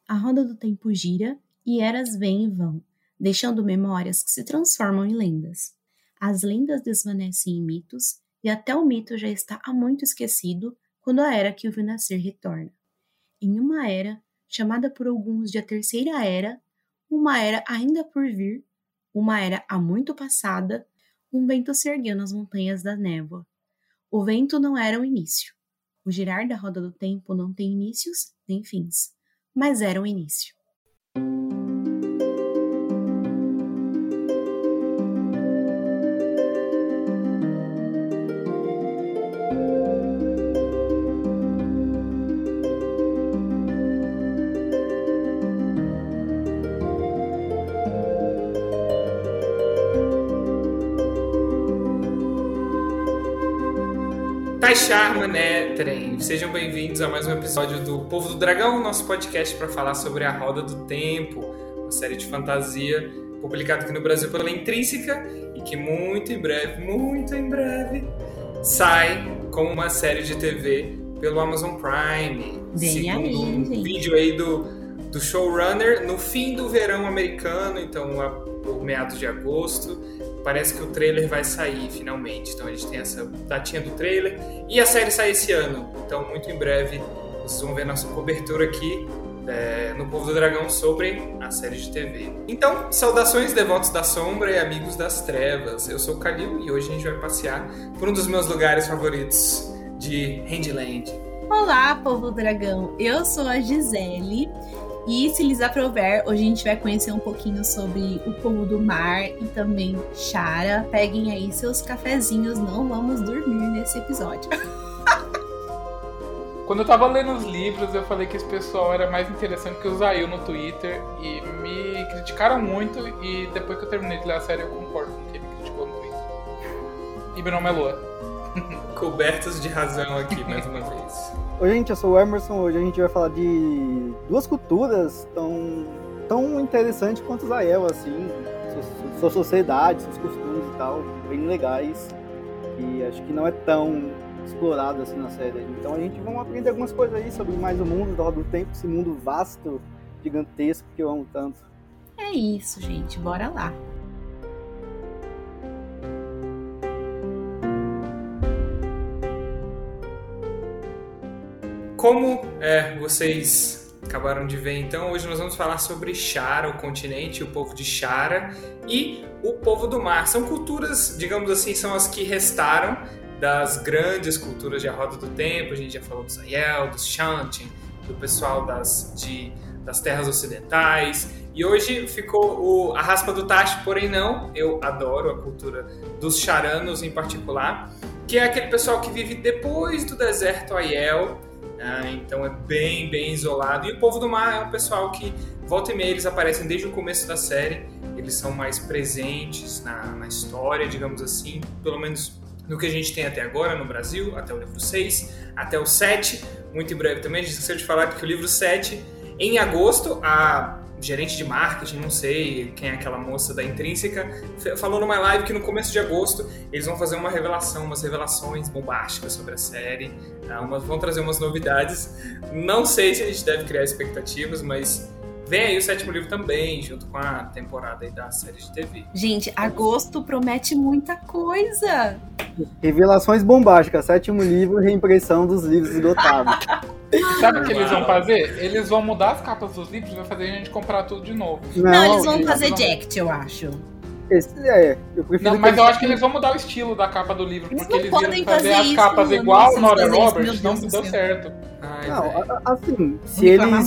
A roda do tempo gira e eras vêm e vão, deixando memórias que se transformam em lendas. As lendas desvanecem em mitos e até o mito já está há muito esquecido quando a era que o viu nascer retorna. Em uma era, chamada por alguns de a terceira era, uma era ainda por vir, uma era há muito passada, um vento se ergueu nas montanhas da névoa. O vento não era o início. O girar da roda do tempo não tem inícios nem fins, mas era o início. Taisharma, né, trem? Sejam bem-vindos a mais um episódio do Povo do Dragão, nosso podcast para falar sobre a Roda do Tempo, uma série de fantasia publicada aqui no Brasil pela Intrínseca e que muito em breve, sai como uma série de TV pelo Amazon Prime. Segundo um vídeo aí do showrunner, no fim do verão americano, então por meados de agosto. Parece que o trailer vai sair finalmente. Então a gente tem essa datinha do trailer. E a série sai esse ano. Então muito em breve vocês vão ver nossa cobertura aqui no Povo do Dragão sobre a série de TV. Então, saudações devotos da sombra e amigos das trevas. Eu sou o Kalil e hoje a gente vai passear por um dos meus lugares favoritos de Handland. Olá, Povo do Dragão. Eu sou a Gisele. E se lhes aprouver, hoje a gente vai conhecer um pouquinho sobre o povo do mar e também Chara. Peguem aí seus cafezinhos, não vamos dormir nesse episódio. Quando eu tava lendo os livros, eu falei que esse pessoal era mais interessante que o Zayu no Twitter e me criticaram muito, e depois que eu terminei de ler a série eu concordo com quem me criticou no Twitter. E meu nome é Lua. Cobertos de razão aqui mais uma vez. Oi, gente, eu sou o Emerson. Hoje a gente vai falar de duas culturas tão interessantes quanto o Zael, assim, sua sociedade, seus costumes e tal, bem legais, e acho que não é tão explorado assim na série. Então a gente vai aprender algumas coisas aí sobre mais o mundo da Roda do Tempo, esse mundo vasto, gigantesco que eu amo tanto. É isso, gente, bora lá. Como vocês acabaram de ver, então, hoje nós vamos falar sobre Chara, o continente, o povo de Chara e o povo do mar. São culturas, digamos assim, são as que restaram das grandes culturas de A Roda do Tempo. A gente já falou dos Aiel, dos Shantin, do pessoal das terras ocidentais. E hoje ficou a raspa do tacho, porém não. Eu adoro a cultura dos charanos em particular, que é aquele pessoal que vive depois do deserto Aiel. Então é bem isolado. E o povo do mar é um pessoal que, volta e meia, eles aparecem desde o começo da série. Eles são mais presentes na história, digamos assim, pelo menos no que a gente tem até agora no Brasil, até o livro 6, até o 7. Muito em breve também, a gente esqueceu de falar que o livro 7, em agosto, a gerente de marketing, não sei quem é aquela moça da Intrínseca, falou numa live que no começo de agosto eles vão fazer umas revelações bombásticas sobre a série, vão trazer umas novidades. Não sei se a gente deve criar expectativas, mas vem aí o 7º livro também, junto com a temporada aí da série de TV. Gente, agosto promete muita coisa! Revelações bombásticas, 7º livro, reimpressão dos livros esgotados. Sabe o que eles vão fazer? Eles vão mudar as capas dos livros e vai fazer a gente comprar tudo de novo. Não, eles vão fazer Jacked, eu acho. Eu prefiro. Não, mas eu acho que eles vão mudar o estilo da capa do livro, Eles porque não eles podem iam fazer as fazer capas isso, igual não, Nora fazer isso, Roberts, meu não Deus deu do céu. certo. Não, assim, se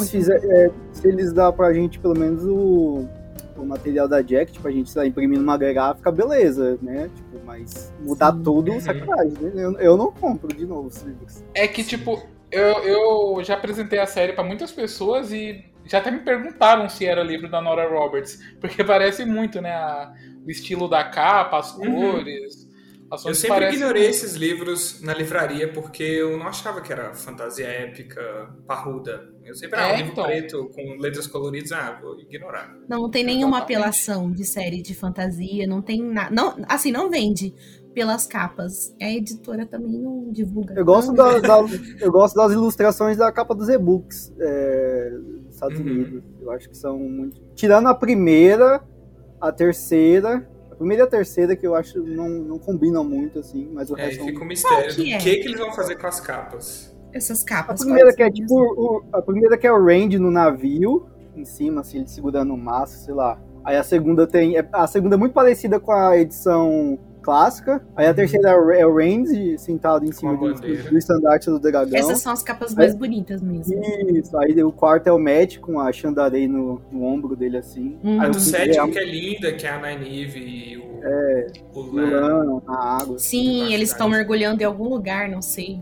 eles dão pra gente pelo menos o material da Jack, tipo, a gente tá imprimindo uma gráfica, beleza, né? Tipo, mas mudar tudo, sacanagem, né? Eu não compro de novo os livros. É que, tipo, eu já apresentei a série pra muitas pessoas e já até me perguntaram se era livro da Nora Roberts, porque parece muito, né? O estilo da capa, as cores. Eu sempre ignorei esses livros na livraria porque eu não achava que era fantasia épica, parruda. Eu sempre era um livro preto com letras coloridas, vou ignorar. Não tem nenhuma apelação de série de fantasia, não tem nada. Não, assim, não vende. pelas capas. A editora também não divulga. Eu gosto, eu gosto das ilustrações da capa dos e-books dos Estados Unidos. Eu acho que são muito... Tirando a primeira, a terceira... A primeira e a terceira que eu acho não combinam muito, assim, mas o resto... fica um mistério do que eles vão fazer com as capas. Essas capas. A primeira que é tipo... A primeira que é o Randy no navio, em cima, assim, ele segurando o mastro, sei lá. Aí a segunda a segunda é muito parecida com a edição clássica. Aí a terceira é o Randy sentado em cima do estandarte do dragão. Essas são as capas mais bonitas mesmo. Isso, aí o quarto é o Matt com a Chandare no ombro dele, assim. A do sétimo que é linda, que é a Nynaeve e o Lan na água. Sim, eles estão mergulhando em algum lugar, não sei.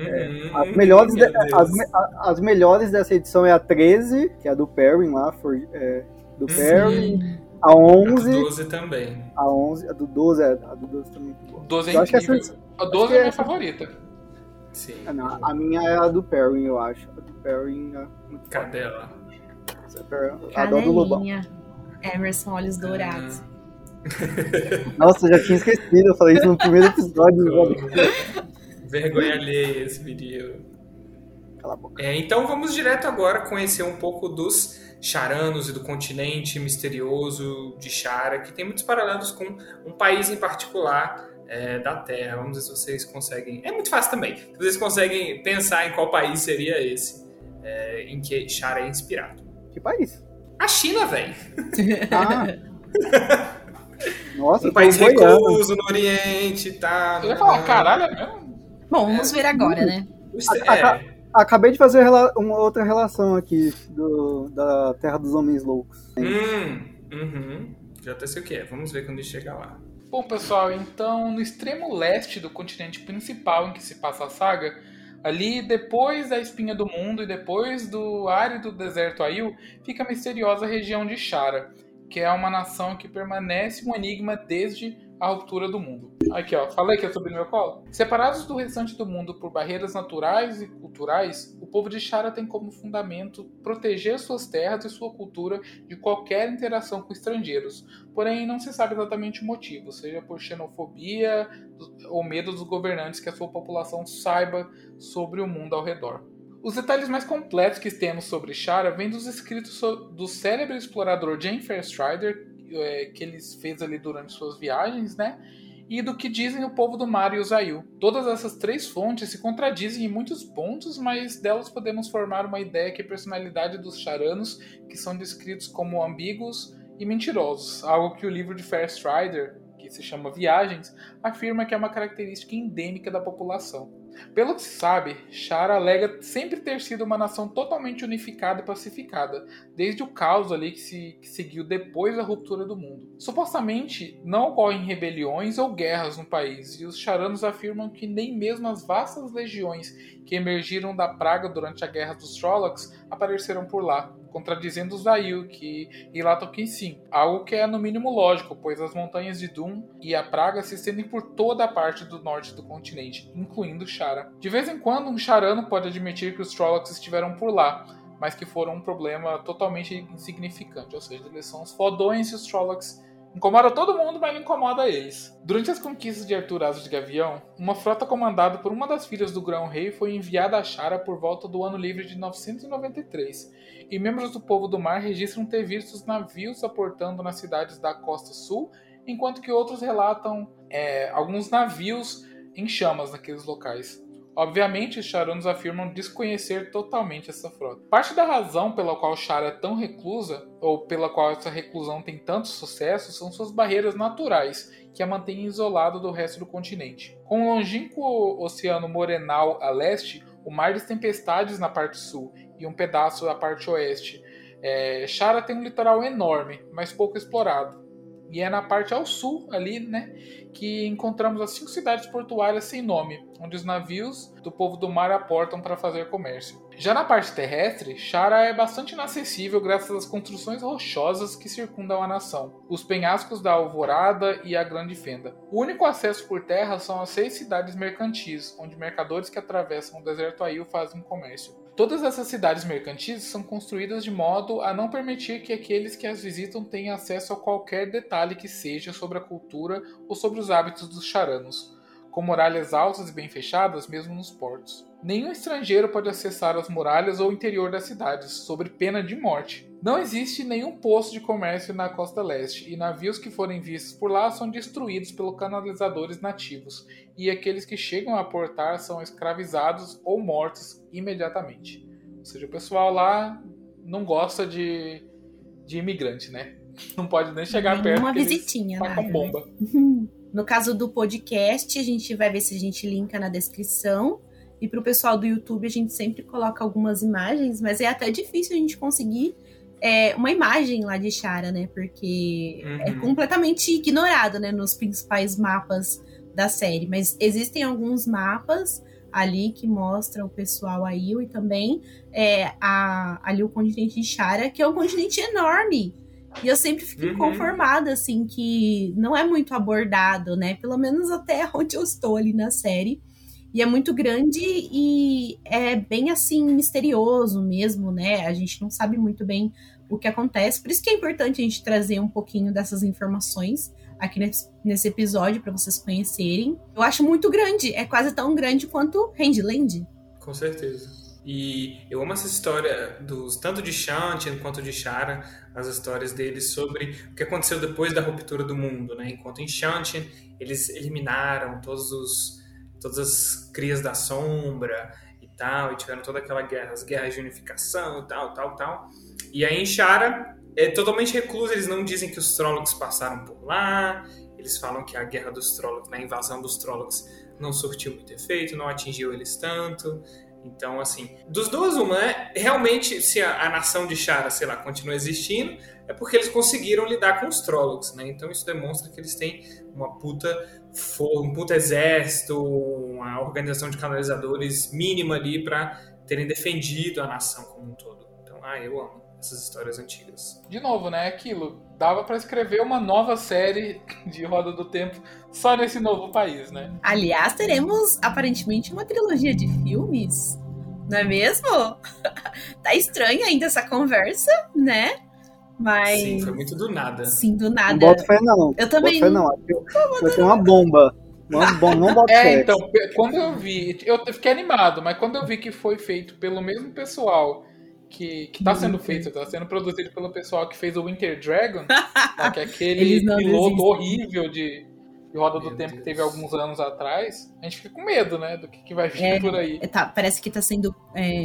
As melhores dessa edição é a 13, que é a do Perrin lá, do Perrin. A 11. A do 12 também. A 11, a do 12 também. A 12 é incrível. A 12 é a minha favorita. Sim. A minha é a do Perrin, eu acho. A do Perrin é muito Cadê ela? A do Lobão. Emerson Olhos Dourados. Nossa, eu já tinha esquecido. Eu falei isso no primeiro episódio. Vergonha alheia esse vídeo. Cala a boca. Então vamos direto agora conhecer um pouco dos Charanos e do continente misterioso de Chara, que tem muitos paralelos com um país em particular da Terra. Vamos ver se vocês conseguem... É muito fácil também. Se vocês conseguem pensar em qual país seria esse, em que Chara é inspirado. Que país? A China, velho. Nossa, um país recluso no Oriente e tal. Eu ia falar, caralho, é mesmo? Bom, vamos ver agora, né? Acabei de fazer uma outra relação aqui da Terra dos Homens Loucos. Já até sei o que é. Vamos ver quando a gente chegar lá. Bom, pessoal, então no extremo leste do continente principal em que se passa a saga, ali depois da Espinha do Mundo e depois do árido deserto Aiel, fica a misteriosa região de Chara, que é uma nação que permanece um enigma desde a ruptura do mundo. Aqui, ó, falei que é sobre o meu colo. Separados do restante do mundo por barreiras naturais e culturais, o povo de Chara tem como fundamento proteger suas terras e sua cultura de qualquer interação com estrangeiros. Porém, não se sabe exatamente o motivo, seja por xenofobia ou medo dos governantes que a sua população saiba sobre o mundo ao redor. Os detalhes mais completos que temos sobre Chara vêm dos escritos do célebre explorador Jaime Fairstrider, que ele fez ali durante suas viagens, né? E do que dizem o povo do mar e os Aiel. Todas essas três fontes se contradizem em muitos pontos, mas delas podemos formar uma ideia que a personalidade dos charanos, que são descritos como ambíguos e mentirosos, algo que o livro de Fairstrider, que se chama Viagens, afirma que é uma característica endêmica da população. Pelo que se sabe, Chara alega sempre ter sido uma nação totalmente unificada e pacificada, desde o caos ali que seguiu depois da ruptura do mundo. Supostamente, não ocorrem rebeliões ou guerras no país, e os charanos afirmam que nem mesmo as vastas legiões que emergiram da praga durante a Guerra dos Trollocs apareceram por lá, contradizendo os Aiel, que relatam que sim, algo que é no mínimo lógico, pois as montanhas de Dun e a praga se estendem por toda a parte do norte do continente, incluindo Chara. De vez em quando, um charano pode admitir que os Trollocs estiveram por lá, mas que foram um problema totalmente insignificante, ou seja, eles são os fodões e os Trollocs incomoda todo mundo, mas não incomoda eles. Durante as conquistas de Arthur Asa de Gavião, uma frota comandada por uma das filhas do Grão-Rei foi enviada a Chara por volta do ano livre de 993, e membros do povo do mar registram ter visto os navios aportando nas cidades da costa sul, enquanto que outros relatam alguns navios em chamas naqueles locais. Obviamente, os charanos afirmam desconhecer totalmente essa frota. Parte da razão pela qual Chara é tão reclusa, ou pela qual essa reclusão tem tanto sucesso, são suas barreiras naturais, que a mantêm isolada do resto do continente. Com o longínquo Oceano Morenal a leste, o Mar das Tempestades na parte sul e um pedaço da parte oeste, Chara tem um litoral enorme, mas pouco explorado. E é na parte ao sul, ali, né, que encontramos as 5 cidades portuárias sem nome, onde os navios do povo do mar aportam para fazer comércio. Já na parte terrestre, Chara é bastante inacessível graças às construções rochosas que circundam a nação, os penhascos da Alvorada e a Grande Fenda. O único acesso por terra são as 6 cidades mercantis, onde mercadores que atravessam o deserto Aiel fazem comércio. Todas essas cidades mercantis são construídas de modo a não permitir que aqueles que as visitam tenham acesso a qualquer detalhe que seja sobre a cultura ou sobre os hábitos dos charanos, com muralhas altas e bem fechadas mesmo nos portos. Nenhum estrangeiro pode acessar as muralhas ou o interior das cidades, sob pena de morte. Não existe nenhum posto de comércio na costa leste, e navios que forem vistos por lá são destruídos pelos canalizadores nativos, e aqueles que chegam a aportar são escravizados ou mortos imediatamente. Ou seja, o pessoal lá não gosta de imigrante, né? Não pode nem chegar perto. Uma visitinha, tá com bomba. No caso do podcast, a gente vai ver se a gente linka na descrição. E para o pessoal do YouTube, a gente sempre coloca algumas imagens, mas é até difícil a gente conseguir uma imagem lá de Chara, né? Porque é completamente ignorado, né, nos principais mapas da série. Mas existem alguns mapas ali que mostram o pessoal aí, e também ali o continente de Chara, que é um continente enorme. E eu sempre fico inconformada, assim, que não é muito abordado, né? Pelo menos até onde eu estou ali na série. E é muito grande e é bem, assim, misterioso mesmo, né? A gente não sabe muito bem o que acontece. Por isso que é importante a gente trazer um pouquinho dessas informações aqui nesse episódio para vocês conhecerem. Eu acho muito grande. É quase tão grande quanto Handland. Com certeza. E eu amo essa história tanto de Shantian quanto de Chara, as histórias deles sobre o que aconteceu depois da ruptura do mundo, né? Enquanto em Shantian eles eliminaram todas as crias da sombra e tal, e tiveram toda aquela guerra, as guerras de unificação e tal. E aí em Chara é totalmente recluso, eles não dizem que os Trollocs passaram por lá, eles falam que a guerra dos Trollocs, a invasão dos Trollocs não surtiu muito efeito, não atingiu eles tanto. Então, assim, dos dois, uma, né? Realmente, se a nação de Chara, sei lá, continua existindo, é porque eles conseguiram lidar com os Trollocs, né? Então isso demonstra que eles têm um puta exército, uma organização de canalizadores mínima ali para terem defendido a nação como um todo. Então, eu amo essas histórias antigas. De novo, né? Aquilo, dava para escrever uma nova série de Roda do Tempo só nesse novo país, né? Aliás, teremos aparentemente uma trilogia de filmes, não é mesmo? Tá estranha ainda essa conversa, né? Mas... Sim, foi muito do nada. Sim, do nada. Não boto fé, não. Eu também não. Vai ter uma bomba. Não boto fé. Então, quando eu vi... Eu fiquei animado, mas quando eu vi que foi feito pelo mesmo pessoal que tá sendo feito, tá sendo produzido pelo pessoal que fez o Winter Dragon, né, que é aquele piloto horrível de Roda do Tempo que teve alguns anos atrás, a gente fica com medo, né, do que vai vir por aí. Parece que tá sendo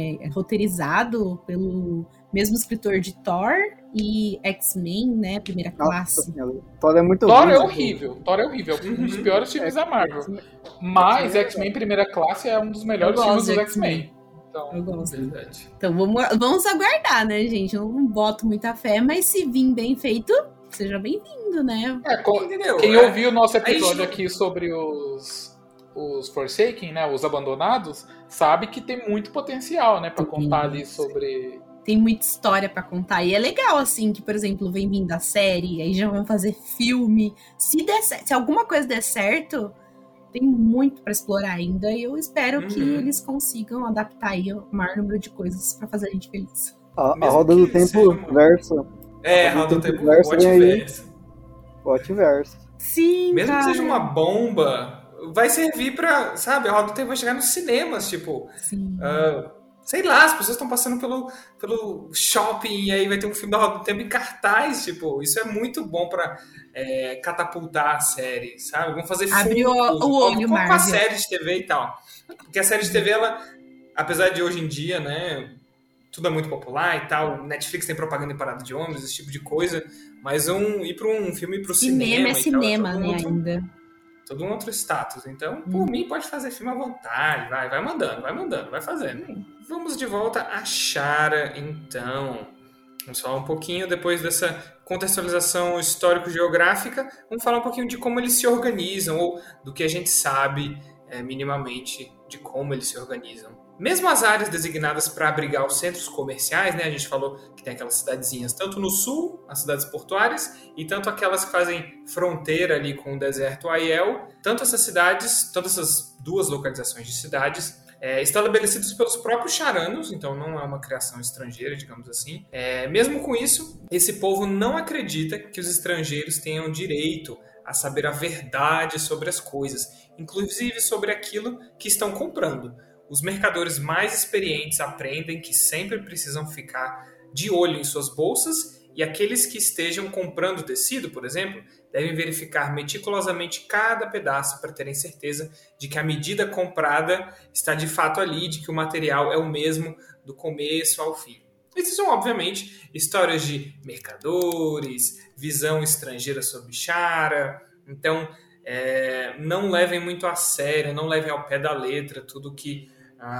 roteirizado pelo mesmo escritor de Thor e X-Men, né, primeira classe. Thor é muito Thor é horrível, um dos piores filmes da Marvel. Mas X-Men primeira classe é um dos melhores filmes dos X-Men. Então, eu gosto. Então vamos aguardar, né, gente? Eu não boto muita fé, mas se vir bem feito, seja bem-vindo, né? Quem ouviu o nosso episódio aqui sobre os Forsaken, né, os Abandonados, sabe que tem muito potencial, né, pra contar ali sobre... Tem muita história pra contar. E é legal, assim, que, por exemplo, vem vindo a série, aí já vão fazer filme. Se alguma coisa der certo... Tem muito para explorar ainda e eu espero que eles consigam adaptar aí o maior número de coisas para fazer a gente feliz. A Roda do Tempo verso. A Roda do Tempo verso. Verso. Sim, mesmo cara. que seja uma bomba, vai servir pra, sabe, a Roda do Tempo vai chegar nos cinemas, tipo... Sim. Sei lá, as pessoas estão passando pelo shopping e aí vai ter um filme da Roda do Tempo em cartaz, tipo, isso é muito bom pra catapultar a série, sabe? Vamos fazer Abrir o olho, com a série de TV e tal. Porque a série de TV, ela, apesar de hoje em dia, né, tudo é muito popular e tal, Netflix tem propaganda em parada de ônibus, esse tipo de coisa, mas ir pra um filme ir pro cinema é cinema, né, ainda. Todo um outro status. Então, por mim, pode fazer filme à vontade. Vai mandando, vai fazendo. Vamos de volta a Chara, então. Vamos falar um pouquinho, depois dessa contextualização histórico-geográfica, vamos falar um pouquinho de como eles se organizam, ou do que a gente sabe minimamente de como eles se organizam. Mesmo as áreas designadas para abrigar os centros comerciais, né, a gente falou que tem aquelas cidadezinhas tanto no sul, as cidades portuárias, e tanto aquelas que fazem fronteira ali com o deserto Aiel. Tanto essas duas localizações de cidades estabelecidos pelos próprios charanos, então não é uma criação estrangeira, digamos assim. Mesmo com isso, esse povo não acredita que os estrangeiros tenham direito a saber a verdade sobre as coisas, inclusive sobre aquilo que estão comprando. Os mercadores mais experientes aprendem que sempre precisam ficar de olho em suas bolsas, e aqueles que estejam comprando tecido, por exemplo, devem verificar meticulosamente cada pedaço para terem certeza de que a medida comprada está de fato ali, de que o material é o mesmo do começo ao fim. Essas são, obviamente, histórias de mercadores, visão estrangeira sobre Chara. Então, não levem muito a sério, não levem ao pé da letra tudo que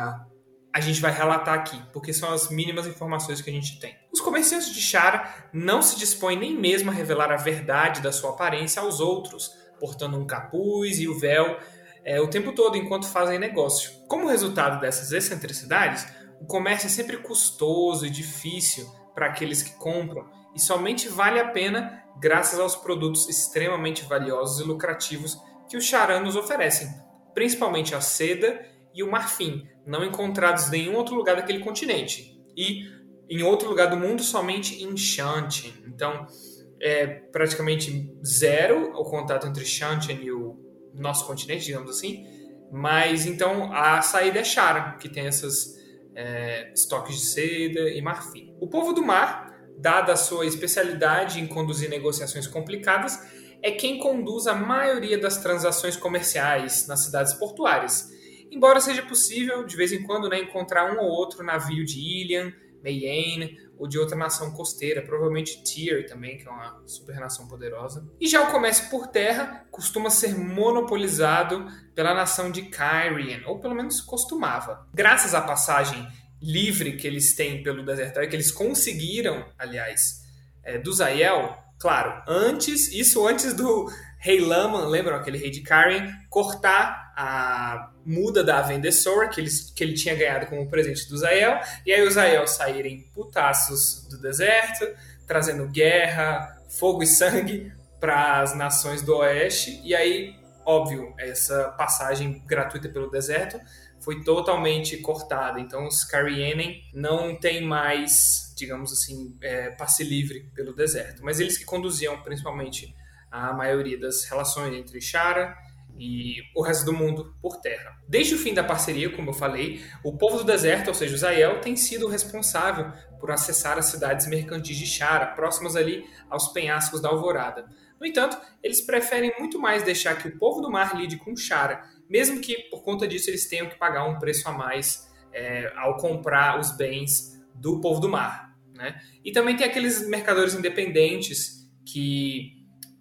a gente vai relatar aqui, porque são as mínimas informações que a gente tem. Os comerciantes de Chara não se dispõem nem mesmo a revelar a verdade da sua aparência aos outros, portando um capuz e o véu o tempo todo enquanto fazem negócio. Como resultado dessas excentricidades, o comércio é sempre custoso e difícil para aqueles que compram e somente vale a pena graças aos produtos extremamente valiosos e lucrativos que os charanos oferecem, principalmente a seda e o marfim, não encontrados em nenhum outro lugar daquele continente. E em outro lugar do mundo, somente em Shantin. Então, é praticamente zero o contato entre Shantin e o nosso continente, digamos assim. Mas, então, a saída é Chara, que tem esses estoques de seda e marfim. O povo do mar, dada a sua especialidade em conduzir negociações complicadas, é quem conduz a maioria das transações comerciais nas cidades portuárias. Embora seja possível, de vez em quando, encontrar um ou outro navio de Ilian, Mayenne ou de outra nação costeira, provavelmente Tyr também, que é uma super nação poderosa. E já o comércio por terra costuma ser monopolizado pela nação de Cairhien, ou pelo menos costumava. Graças à passagem livre que eles têm pelo deserto, que eles conseguiram, aliás, do Zael, claro, antes do rei Laman, lembram aquele rei de Cairhien, cortar a muda da Avendesora, que ele tinha ganhado como presente do Zael, e aí os Zael saírem putaços do deserto, trazendo guerra, fogo e sangue para as nações do oeste, e aí, óbvio, essa passagem gratuita pelo deserto foi totalmente cortada, então os Cairhien não têm mais, digamos assim, passe livre pelo deserto, mas eles que conduziam principalmente a maioria das relações entre Chara e o resto do mundo por terra. Desde o fim da parceria, como eu falei, o povo do deserto, ou seja, o Zael, tem sido o responsável por acessar as cidades mercantis de Chara, próximas ali aos penhascos da Alvorada. No entanto, eles preferem muito mais deixar que o povo do mar lide com Chara, mesmo que, por conta disso, eles tenham que pagar um preço a mais ao comprar os bens do povo do mar, né? E também tem aqueles mercadores independentes que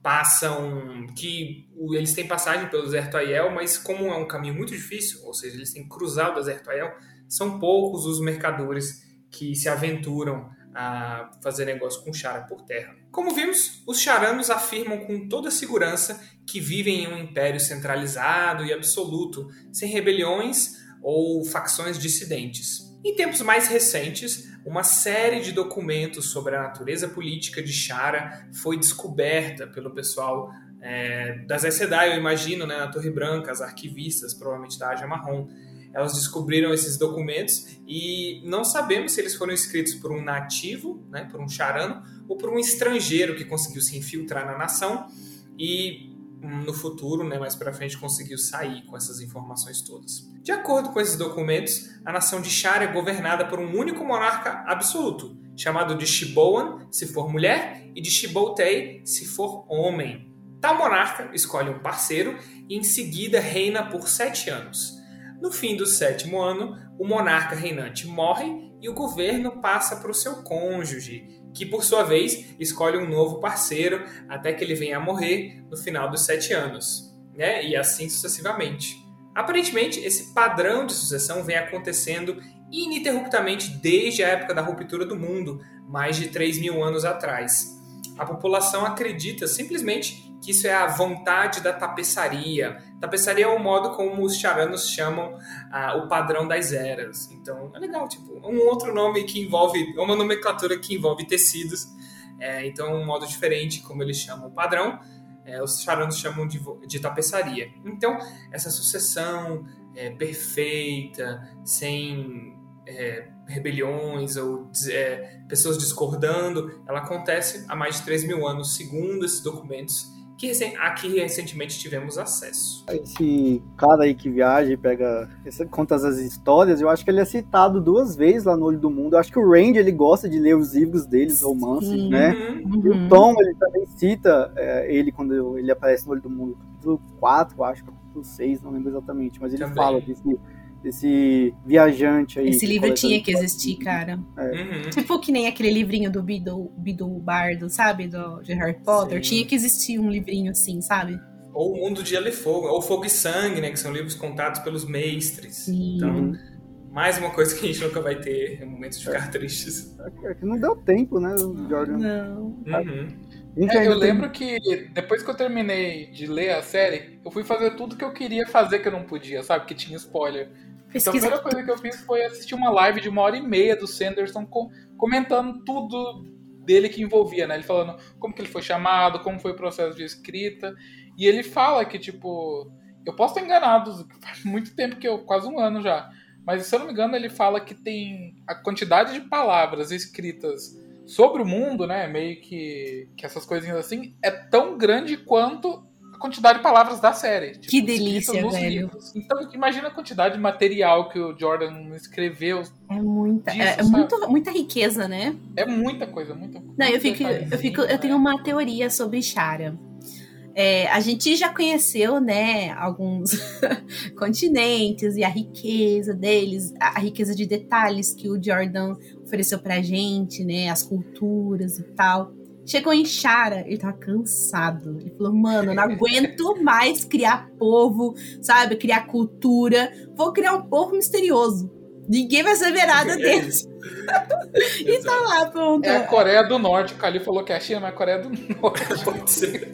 eles têm passagem pelo deserto Aiel, mas como é um caminho muito difícil, ou seja, eles têm que cruzar o deserto Aiel, são poucos os mercadores que se aventuram a fazer negócio com Chara por terra. Como vimos, os charanos afirmam com toda segurança que vivem em um império centralizado e absoluto, sem rebeliões ou facções dissidentes. Em tempos mais recentes, uma série de documentos sobre a natureza política de Chara foi descoberta pelo pessoal das Aes Sedai, eu imagino, na Torre Branca, as arquivistas, provavelmente da Ágia Marrom. Elas descobriram esses documentos e não sabemos se eles foram escritos por um nativo, por um charano, ou por um estrangeiro que conseguiu se infiltrar na nação e no futuro, mais para frente, conseguiu sair com essas informações todas. De acordo com esses documentos, a nação de Chara é governada por um único monarca absoluto, chamado de Shiboan, se for mulher, e de Shibotei, se for homem. Tal monarca escolhe um parceiro e em seguida reina por 7 anos. No fim do 7º ano, o monarca reinante morre e o governo passa para o seu cônjuge, que por sua vez escolhe um novo parceiro até que ele venha a morrer no final dos 7 anos, e assim sucessivamente. Aparentemente, esse padrão de sucessão vem acontecendo ininterruptamente desde a época da ruptura do mundo, mais de 3.000 anos atrás. A população acredita simplesmente que isso é a vontade da tapeçaria. Tapeçaria é o modo como os charanos chamam o padrão das eras. Então, é legal, um outro nome que envolve, uma nomenclatura que envolve tecidos. Então, um modo diferente como eles chamam o padrão. Os charanos chamam de tapeçaria. Então, essa sucessão perfeita, sem rebeliões ou pessoas discordando. Ela acontece há mais de 3.000 anos, segundo esses documentos que aqui recentemente tivemos acesso. Esse cara aí que viaja e conta as histórias, eu acho que ele é citado 2 vezes lá no Olho do Mundo. Eu acho que o Randy, ele gosta de ler os livros deles, romances, né? Uhum. E o Tom, ele também cita ele quando ele aparece no Olho do Mundo, capítulo 4, acho, capítulo 6, não lembro exatamente, mas ele também fala desse viajante aí. Esse livro tinha que existir, cara. Uhum. Tipo que nem aquele livrinho do Beedle Bardo, sabe? De Harry Potter. Sim. Tinha que existir um livrinho assim, sabe? Ou O Mundo de Gelo e Fogo, ou Fogo e Sangue, né? Que são livros contados pelos mestres. Sim. Então, mais uma coisa que a gente nunca vai ter em momentos de ficar tristes. É que não deu tempo, né, Jordan? Não. Uhum. Eu lembro que depois que eu terminei de ler a série, eu fui fazer tudo que eu queria fazer que eu não podia, sabe? Que tinha spoiler. Então a primeira coisa que eu fiz foi assistir uma live de 1h30 do Sanderson comentando tudo dele que envolvia, né? Ele falando como que ele foi chamado, como foi o processo de escrita. E ele fala que, tipo... Eu posso estar enganado, faz muito tempo quase 1 ano já. Mas, se eu não me engano, ele fala que tem a quantidade de palavras escritas sobre o mundo, né? Meio que essas coisinhas assim, é tão grande quanto a quantidade de palavras da série. Tipo, Que delícia, nos velho. livros. Então, imagina a quantidade de material que o Jordan escreveu. É muita, Disso, muita riqueza, né? É muita coisa, muita coisa. Não, eu tenho uma teoria sobre Shara. A gente já conheceu, né, alguns continentes e a riqueza deles, a riqueza de detalhes que o Jordan ofereceu pra gente, né, as culturas e tal. Chegou em Shara, ele tava cansado. Ele falou, mano, eu não aguento mais criar povo, sabe, criar cultura. Vou criar um povo misterioso. Ninguém vai saber nada deles. E tá lá, pronto. É a Coreia do Norte. O Cali falou que é a China, mas é a Coreia do Norte. Pode ser.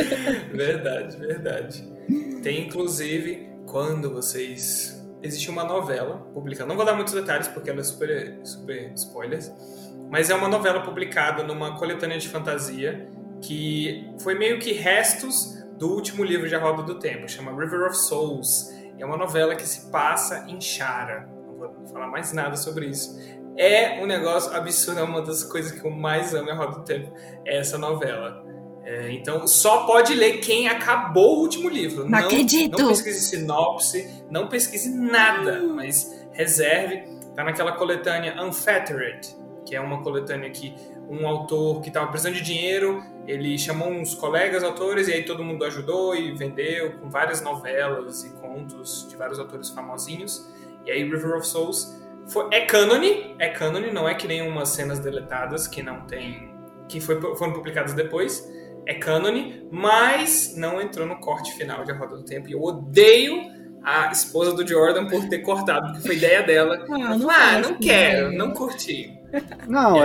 Verdade. Tem, inclusive, quando vocês... Existe uma novela publicada. Não vou dar muitos detalhes, porque ela é super spoilers. Mas é uma novela publicada numa coletânea de fantasia que foi meio que restos do último livro de A Roda do Tempo. Chama River of Souls. É uma novela que se passa em Shara. Não vou falar mais nada sobre isso. É um negócio absurdo, é uma das coisas que eu mais amo em A Roda do Tempo, é essa novela. Então, só pode ler quem acabou o último livro. Não acredito! Não pesquise sinopse, não pesquise nada, mas reserve. Tá naquela coletânea Unfettered, que é uma coletânea que um autor que estava precisando de dinheiro, ele chamou uns colegas autores e aí todo mundo ajudou e vendeu com várias novelas e contos de vários autores famosinhos. E aí River of Souls é cânone, não é que nem umas cenas deletadas que não tem, que foram publicadas depois. É cânone, mas não entrou no corte final de A Roda do Tempo. E eu odeio a esposa do Jordan por ter cortado, porque foi ideia dela. Não quero, não curti. Não,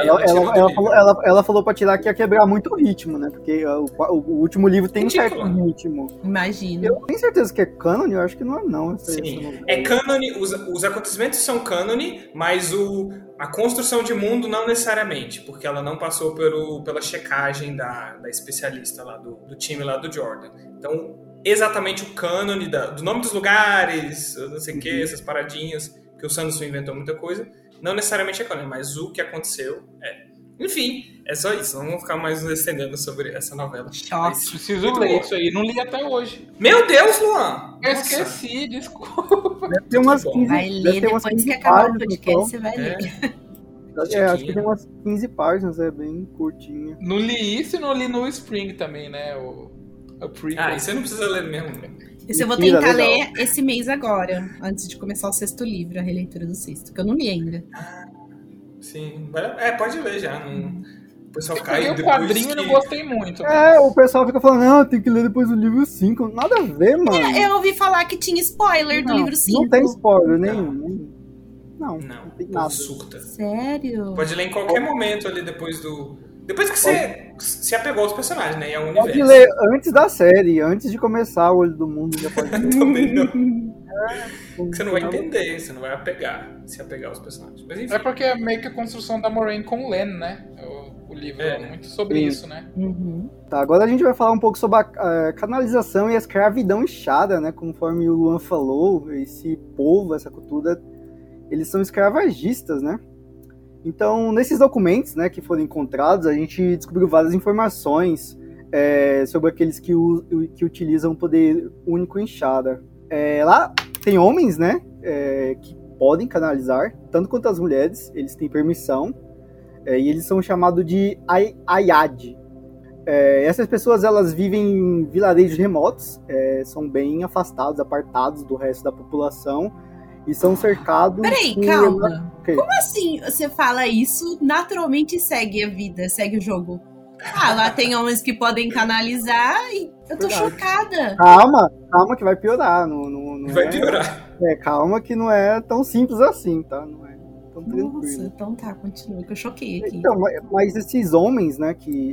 ela falou pra tirar que ia quebrar muito o ritmo, né? Porque o último livro tem um certo ritmo. Imagina. Eu tenho certeza que é cânone, eu acho que não é não. Sim, é cânone, os acontecimentos são cânone, mas a construção de mundo não necessariamente, porque ela não passou pela checagem da especialista lá, do time lá do Jordan. Então, exatamente o cânone do nome dos lugares, não sei o que, essas paradinhas, porque o Sanderson inventou muita coisa. Não necessariamente é cânone, mas o que aconteceu é. Enfim, é só isso. Não vamos ficar mais nos estendendo sobre essa novela. Choque. Preciso ler isso aí. Não li até hoje. Meu Deus, Luan! Eu esqueci, desculpa. Deve ter umas 15, vai ler depois que acabar o podcast, então. você vai ler. Acho que tem umas 15 páginas, é bem curtinha. Não li isso e não li no Spring também, né? O prequel. Isso você não precisa ler mesmo. Isso eu vou tentar ler esse mês agora, antes de começar o 6º livro, a releitura do 6º, que eu não li ainda. Sim, pode ler já. O pessoal cai depois. O quadrinho eu não gostei muito. O pessoal fica falando, não, tem que ler depois do livro 5. Nada a ver, mano. Eu ouvi falar que tinha spoiler do livro 5. Não tem spoiler nenhum. Não tem nada. Surta. Sério? Pode ler em qualquer momento ali depois que você se apegou aos personagens, né? E ao universo. Pode ler antes da série, antes de começar o Olho do Mundo. Já pode ler. Também não. Você não vai entender, você não vai se apegar aos personagens. Mas enfim. É porque é meio que a construção da Moraine com o Len, né? o livro. É muito sobre isso, né? Tá, agora a gente vai falar um pouco sobre a canalização e a escravidão em Shara, né? Conforme o Luan falou, esse povo, essa cultura, eles são escravagistas, né? Então, nesses documentos, né, que foram encontrados, a gente descobriu várias informações sobre aqueles que utilizam o poder único em Shara. Lá tem homens, né, que podem canalizar, tanto quanto as mulheres, eles têm permissão, e eles são chamados de Ayad. Essas pessoas, elas vivem em vilarejos remotos, são bem afastados, apartados do resto da população, e são cercados... Peraí, calma. Como assim você fala isso, naturalmente segue a vida, segue o jogo? Lá tem homens que podem canalizar e eu tô chocada. Calma que vai piorar. Vai piorar. Calma que não é tão simples assim, tá? Não é tão tranquilo. Nossa, então tá, continua, que eu choquei aqui. Então, mas esses homens, né, que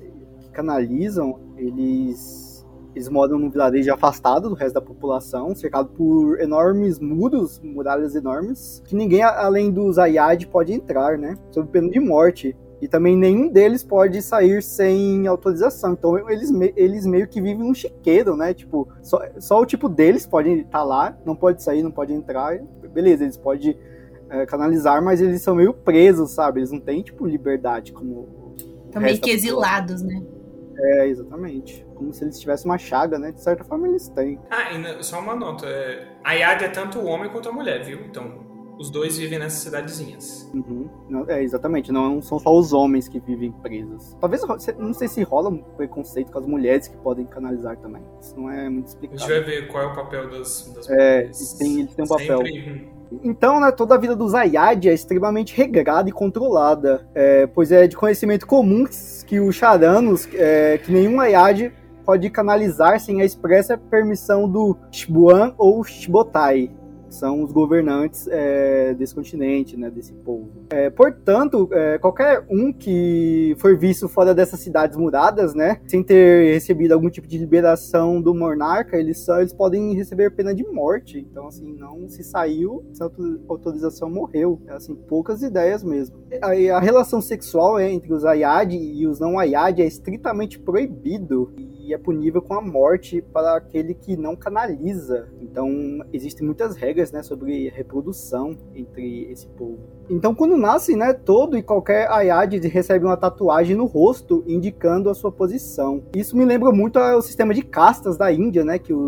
canalizam, eles moram num vilarejo afastado do resto da população, cercado por enormes muros, muralhas enormes, que ninguém além dos Ayad pode entrar, né? Sob pena de morte. E também nenhum deles pode sair sem autorização. Então eles meio que vivem um chiqueiro, né? Tipo, só o tipo deles pode estar lá, não pode sair, não pode entrar. Beleza, eles podem canalizar, mas eles são meio presos, sabe? Eles não têm, tipo, liberdade como... Estão meio que exilados, né? Exatamente. Como se eles tivessem uma chaga, né? De certa forma eles têm. E só uma nota. Ayad é tanto o homem quanto a mulher, viu? Então, os dois vivem nessas cidadezinhas. Exatamente. Não são só os homens que vivem presos. Talvez, não sei se rola um preconceito com as mulheres que podem canalizar também. Isso não é muito explicado. A gente vai ver qual é o papel das mulheres. Eles têm um papel. Então, né, toda a vida dos Ayad é extremamente regrada e controlada, pois é de conhecimento comum que os Charanos, que nenhum Ayad pode canalizar sem a expressa permissão do Shbuan ou Shbotai, que são os governantes desse continente, né, desse povo. Portanto, qualquer um que for visto fora dessas cidades muradas, né, sem ter recebido algum tipo de liberação do monarca, eles podem receber pena de morte. Então, assim, não se saiu, sem autorização morreu. Assim, poucas ideias mesmo. A relação sexual entre os Ayad e os não Ayad é estritamente proibido e é punível com a morte para aquele que não canaliza. Então, existem muitas regras, né, sobre reprodução entre esse povo. Então, quando nasce, né, todo e qualquer Ayad recebe uma tatuagem no rosto indicando a sua posição. Isso me lembra muito o sistema de castas da Índia, né, que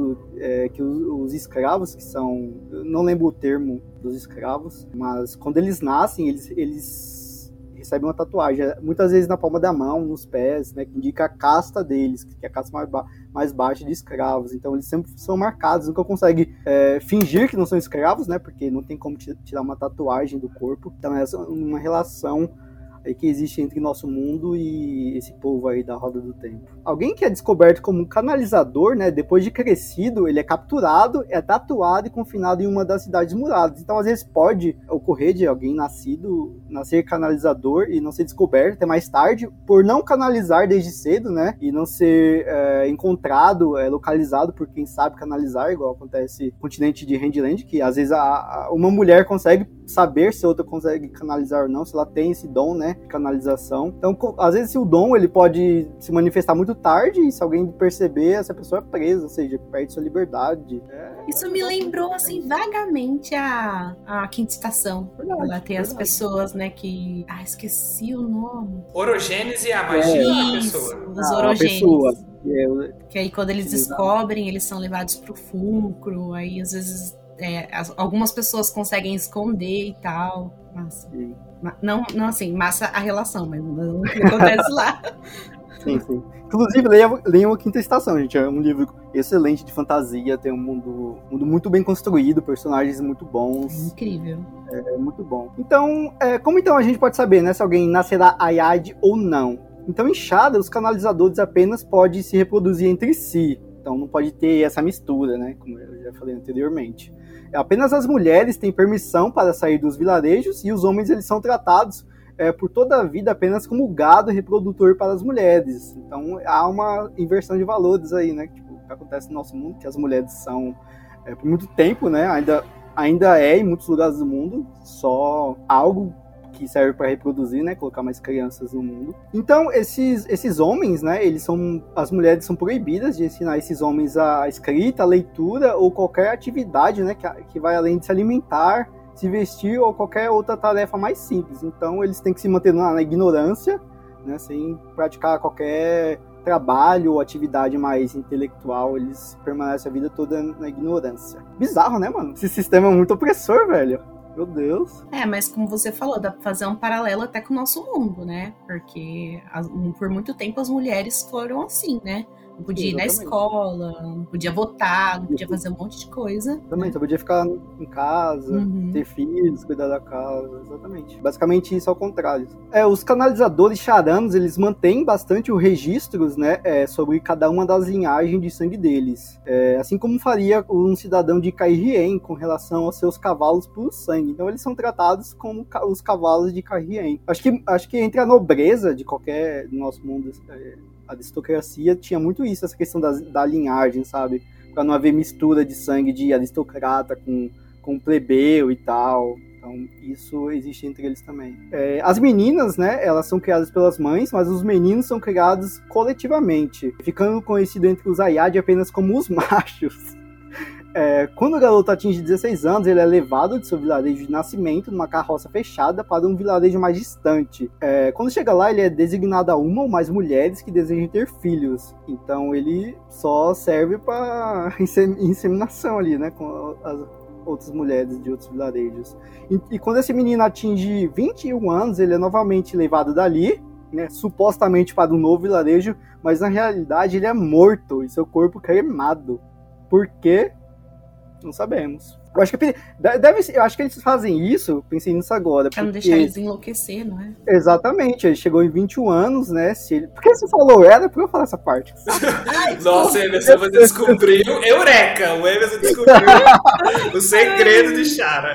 os escravos, que são... Eu não lembro o termo dos escravos, mas quando eles nascem, eles recebem uma tatuagem, muitas vezes na palma da mão, nos pés, né, que indica a casta deles, que é a casta mais baixa de escravos. Então eles sempre são marcados, nunca conseguem fingir que não são escravos, né, porque não tem como tirar uma tatuagem do corpo. Então essa é uma relação aí que existe entre nosso mundo e esse povo aí da Roda do Tempo. Alguém que é descoberto como um canalizador, né, depois de crescido, ele é capturado, é tatuado e confinado em uma das cidades muradas. Então, às vezes, pode ocorrer de alguém nascer canalizador e não ser descoberto até mais tarde, por não canalizar desde cedo, né, e não ser encontrado, localizado por quem sabe canalizar, igual acontece no continente de Handland, que às vezes uma mulher consegue saber se a outra consegue canalizar ou não, se ela tem esse dom, né, de canalização. Então, às vezes, o dom ele pode se manifestar muito tarde e se alguém perceber, essa pessoa é presa, ou seja, perde sua liberdade. Isso me lembrou, assim, vagamente a Quinta Estação. Ela tem as pessoas, né, que... esqueci o nome. Orogênese é a magia da pessoa. Os orogêneses. Que aí, quando eles descobrem, eles são levados pro fulcro, aí, às vezes... algumas pessoas conseguem esconder e tal. Massa. Sim. Não assim, massa a relação, mas não o que acontece lá. Sim. Inclusive, leiam a Quinta Estação, gente. É um livro excelente de fantasia, tem um mundo muito bem construído, personagens muito bons. Incrível. É muito bom. Então, como então a gente pode saber, né, se alguém nascerá Ayad ou não? Então, em Shara, os canalizadores apenas podem se reproduzir entre si. Então, não pode ter essa mistura, né, como eu já falei anteriormente. Apenas as mulheres têm permissão para sair dos vilarejos e os homens eles são tratados por toda a vida apenas como gado reprodutor para as mulheres. Então há uma inversão de valores aí, né? Tipo, que acontece no nosso mundo, que as mulheres são, por muito tempo, né? Ainda em muitos lugares do mundo, só algo que serve para reproduzir, né, colocar mais crianças no mundo. Então, esses homens, né, as mulheres são proibidas de ensinar esses homens a escrita, a leitura ou qualquer atividade, né, que vai além de se alimentar, se vestir ou qualquer outra tarefa mais simples. Então, eles têm que se manter na ignorância, né, sem praticar qualquer trabalho ou atividade mais intelectual, eles permanecem a vida toda na ignorância. Bizarro, né, mano? Esse sistema é muito opressor, velho. Meu Deus. Mas como você falou, dá pra fazer um paralelo até com o nosso mundo, né? Porque por muito tempo as mulheres foram assim, né? Não podia ir na escola, não podia votar, não podia fazer um monte de coisa. Também, só podia ficar em casa, ter filhos, cuidar da casa, exatamente. Basicamente isso ao contrário. Os canalizadores charanos, eles mantêm bastante os registros, né, sobre cada uma das linhagens de sangue deles. Assim como faria um cidadão de Cairhien com relação aos seus cavalos por sangue. Então eles são tratados como os cavalos de Cairhien. Acho que entre a nobreza de qualquer do nosso mundo, a aristocracia tinha muito isso, essa questão da linhagem, sabe? Pra não haver mistura de sangue de aristocrata com plebeu e tal. Então, isso existe entre eles também. As meninas, né, elas são criadas pelas mães, mas os meninos são criados coletivamente, ficando conhecido entre os Ayad apenas como os machos. Quando o garoto atinge 16 anos, ele é levado de seu vilarejo de nascimento numa carroça fechada para um vilarejo mais distante. Quando chega lá, ele é designado a uma ou mais mulheres que desejam ter filhos. Então ele só serve para inseminação ali, né, com as outras mulheres de outros vilarejos. E quando esse menino atinge 21 anos, ele é novamente levado dali, né, supostamente para um novo vilarejo, mas na realidade ele é morto e seu corpo cremado. Por quê? Não sabemos. Eu acho que eles fazem isso, pensei nisso agora. Pra não deixar eles enlouquecer, não é? Exatamente, ele chegou em 21 anos, né? Por que você falou? Era pra eu falar essa parte. Nossa, Emerson, você descobriu. Eureka! O Emerson descobriu o segredo de Chara.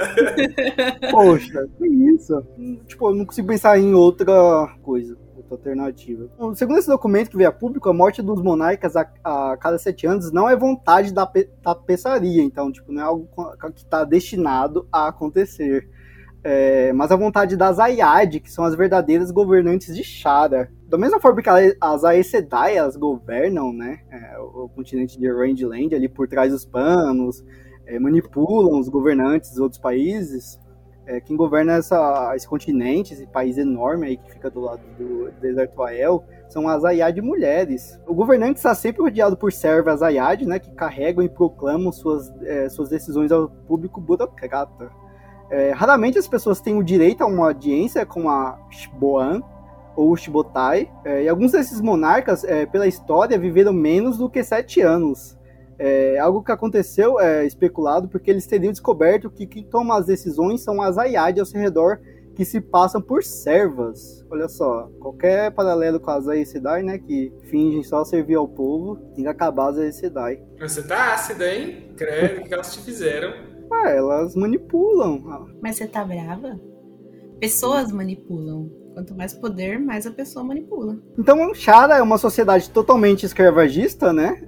Poxa, que isso? Tipo, eu não consigo pensar em outra coisa. Alternativa. Segundo esse documento que veio a público, a morte dos monarcas a cada 7 anos não é vontade da tapeçaria, então, tipo, não é algo que está destinado a acontecer. Mas a vontade das Ayad, que são as verdadeiras governantes de Chara. Da mesma forma que as Aes Sedai, elas governam, né, o continente de Randland, ali por trás dos panos, manipulam os governantes dos outros países. Quem governa esse continente, esse país enorme aí que fica do lado do deserto Ael, são as Ayad mulheres. O governante está sempre rodeado por servas Ayad, né, que carregam e proclamam suas decisões ao público burocrata. Raramente as pessoas têm o direito a uma audiência com a Shboan ou Shibotai, e alguns desses monarcas, pela história, viveram menos do que 7 anos. Algo que aconteceu especulado porque eles teriam descoberto que quem toma as decisões são as Ayad ao seu redor, que se passam por servas. Olha só, qualquer paralelo com as Aes Sedai, né, que fingem só servir ao povo, tem que acabar as Aes Sedai. Você tá ácida, hein? Credo, o que elas te fizeram? Elas manipulam. Mas você tá brava? Pessoas manipulam. Quanto mais poder, mais a pessoa manipula. Então, Chara é uma sociedade totalmente escravagista, né?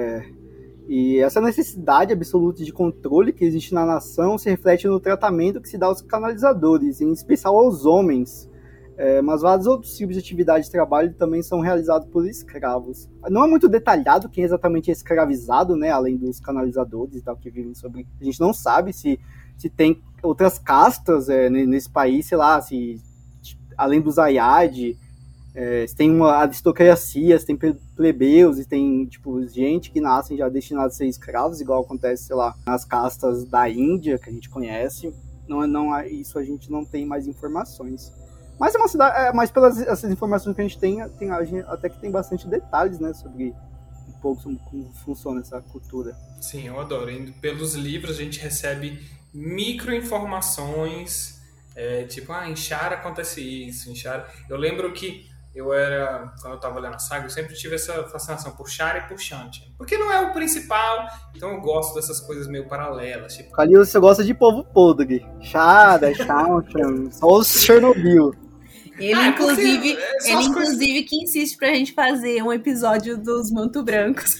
E essa necessidade absoluta de controle que existe na nação se reflete no tratamento que se dá aos canalizadores, em especial aos homens. Mas vários outros tipos de atividade de trabalho também são realizados por escravos. Não é muito detalhado quem exatamente é escravizado, né, além dos canalizadores e tal, que vivem sobre... A gente não sabe se tem outras castas nesse país, sei lá, se além dos Ayad... se tem uma aristocracia, se tem plebeus e tem, tipo, gente que nascem já destinados a ser escravos, igual acontece, sei lá, nas castas da Índia, que a gente conhece. Isso a gente não tem mais informações. Mas é uma cidade, mas pelas essas informações que a gente tem até que tem bastante detalhes, né, sobre um pouco sobre como funciona essa cultura. Sim, eu adoro. Indo pelos livros a gente recebe micro-informações, tipo, em Chara acontece isso, em Chara... Eu lembro que quando eu tava lendo a saga, eu sempre tive essa fascinação por Chara e por Shantian. Porque não é o principal, então eu gosto dessas coisas meio paralelas. Tipo... Calil, você gosta de povo podre. Chara, Shantian, só os Chernobyl. Ele, inclusive, que insiste pra gente fazer um episódio dos Manto Brancos.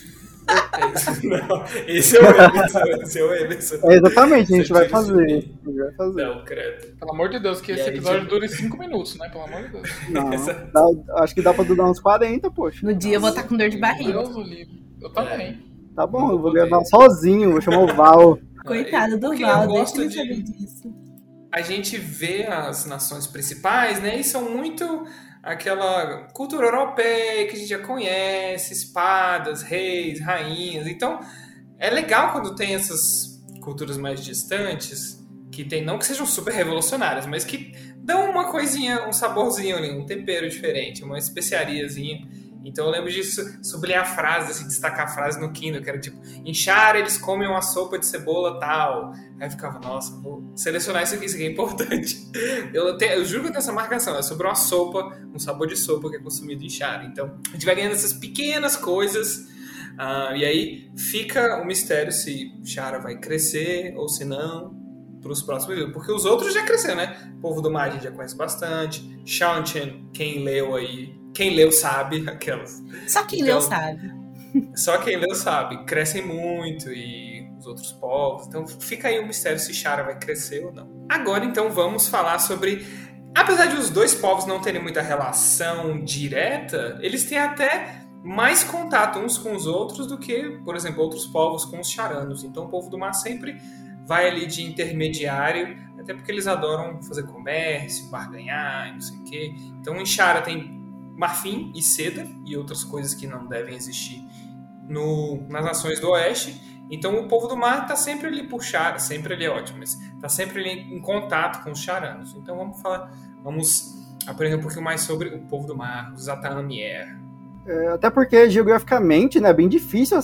Não, esse é o Emerson. Esse é o Emerson. Exatamente, a gente Você vai tira isso fazer. de A mim. gente vai fazer. Não, credo. Pelo amor de Deus, que E esse aí, episódio tipo- dure 5 minutos, né? Pelo amor de Deus. Acho que dá pra durar uns 40, poxa. No dia eu vou estar com dor de barriga. Deus o livre. Eu também. Tá bom, Não eu vou poder. gravar sozinho, vou chamar o Val. Coitado do Porque Val, eu deixa gosto ele de- saber disso. A gente vê as nações principais, né? E são muito aquela cultura europeia que a gente já conhece, espadas, reis, rainhas. Então, é legal quando tem essas culturas mais distantes, que tem, não que sejam super revolucionárias, mas que dão uma coisinha, um saborzinho ali, um tempero diferente, uma especiariazinha. Então eu lembro disso, sublinhar a frase, assim, destacar a frase no Kindle, que era tipo, em Chara eles comem uma sopa de cebola tal. Aí eu ficava, nossa, vou selecionar isso aqui é importante. Eu juro que eu tenho essa marcação, é sobre uma sopa, um sabor de sopa que é consumido em Chara. Então a gente vai ganhando essas pequenas coisas, e aí fica o mistério se Chara vai crescer ou se não para os próximos livros, porque os outros já cresceram, né? O Povo do Mar a gente já conhece bastante, Shanchen, quem leu sabe, aquelas. Só quem Então, leu sabe. Só quem leu sabe, crescem muito e os outros povos. Então fica aí o mistério se Chara vai crescer ou não. Agora então vamos falar sobre, apesar de os dois povos não terem muita relação direta, eles têm até mais contato uns com os outros do que, por exemplo, outros povos com os charanos. Então o Povo do Mar sempre vai ali de intermediário, até porque eles adoram fazer comércio, barganhar e não sei o quê. Então em Chara tem marfim e seda e outras coisas que não devem existir nas nações do Oeste. Então o Povo do Mar está sempre ali por Chara, sempre ali é ótimo, mas está sempre ali em contato com os charanos. Então vamos aprender um pouquinho mais sobre o Povo do Mar, os Atamier. Até porque geograficamente, né, é bem difícil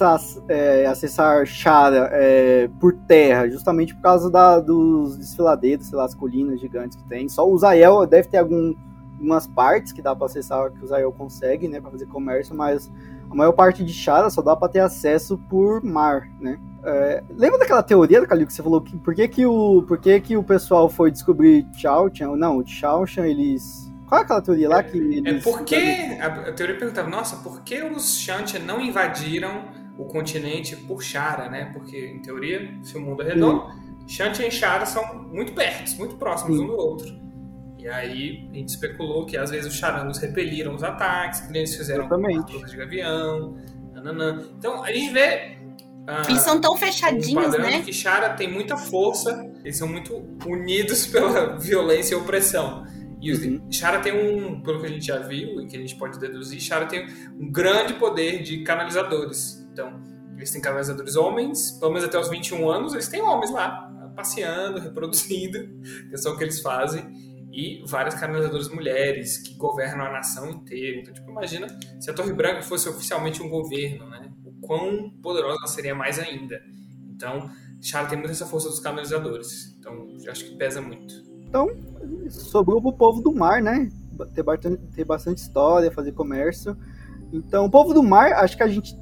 acessar Chara por terra, justamente por causa dos desfiladeiros, sei lá, as colinas gigantes que tem. Só o Zael deve ter algumas partes que dá para acessar, que o Zael consegue, né, para fazer comércio, mas a maior parte de Chara só dá para ter acesso por mar, né. Lembra daquela teoria, Calil, que você falou que por que o pessoal foi descobrir Chao-Chan? Não, o Chao-Chan, eles... Qual é aquela teoria lá que eles... porque a teoria perguntava, nossa, por que os Shantia não invadiram o continente por Chara, né? Porque, em teoria, se o mundo é redondo, Shantia e Chara são muito perto, muito próximos um do outro. E aí a gente especulou que às vezes os charanos repeliram os ataques, que eles fizeram com torres de gavião, nananã. Então a gente vê... Eles são tão um fechadinhos, padrão né? de que Chara tem muita força, eles são muito unidos pela violência e opressão. E Chara tem pelo que a gente já viu e que a gente pode deduzir, Chara tem um grande poder de canalizadores. Então, eles têm canalizadores homens, pelo menos até os 21 anos, eles têm homens lá, passeando, reproduzindo, que é só o que eles fazem, e várias canalizadoras mulheres que governam a nação inteira. Então, tipo, imagina se a Torre Branca fosse oficialmente um governo, né? O quão poderosa ela seria mais ainda. Então, Chara tem muita essa força dos canalizadores. Então, eu acho que pesa muito. Então, sobrou pro Povo do Mar, né? Ter bastante história, fazer comércio. Então, o Povo do Mar, acho que a gente,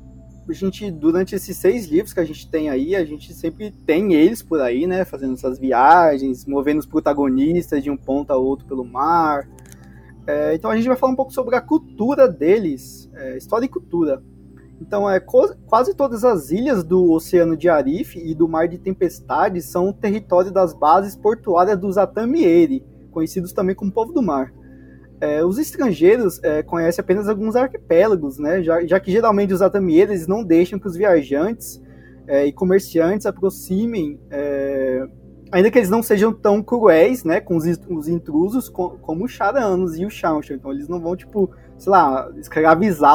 durante esses 6 livros que a gente tem aí, a gente sempre tem eles por aí, né? Fazendo essas viagens, movendo os protagonistas de um ponto a outro pelo mar. Então, a gente vai falar um pouco sobre a cultura deles, história e cultura. Então, quase todas as ilhas do Oceano de Arif e do Mar de Tempestade são território das bases portuárias dos Atamieri, conhecidos também como Povo do Mar. Os estrangeiros conhecem apenas alguns arquipélagos, né, já que geralmente os Atamieres não deixam que os viajantes e comerciantes aproximem, ainda que eles não sejam tão cruéis, né, com os intrusos como os charanos e os Chao-Chan. Então, eles não vão, tipo, sei lá, escravizar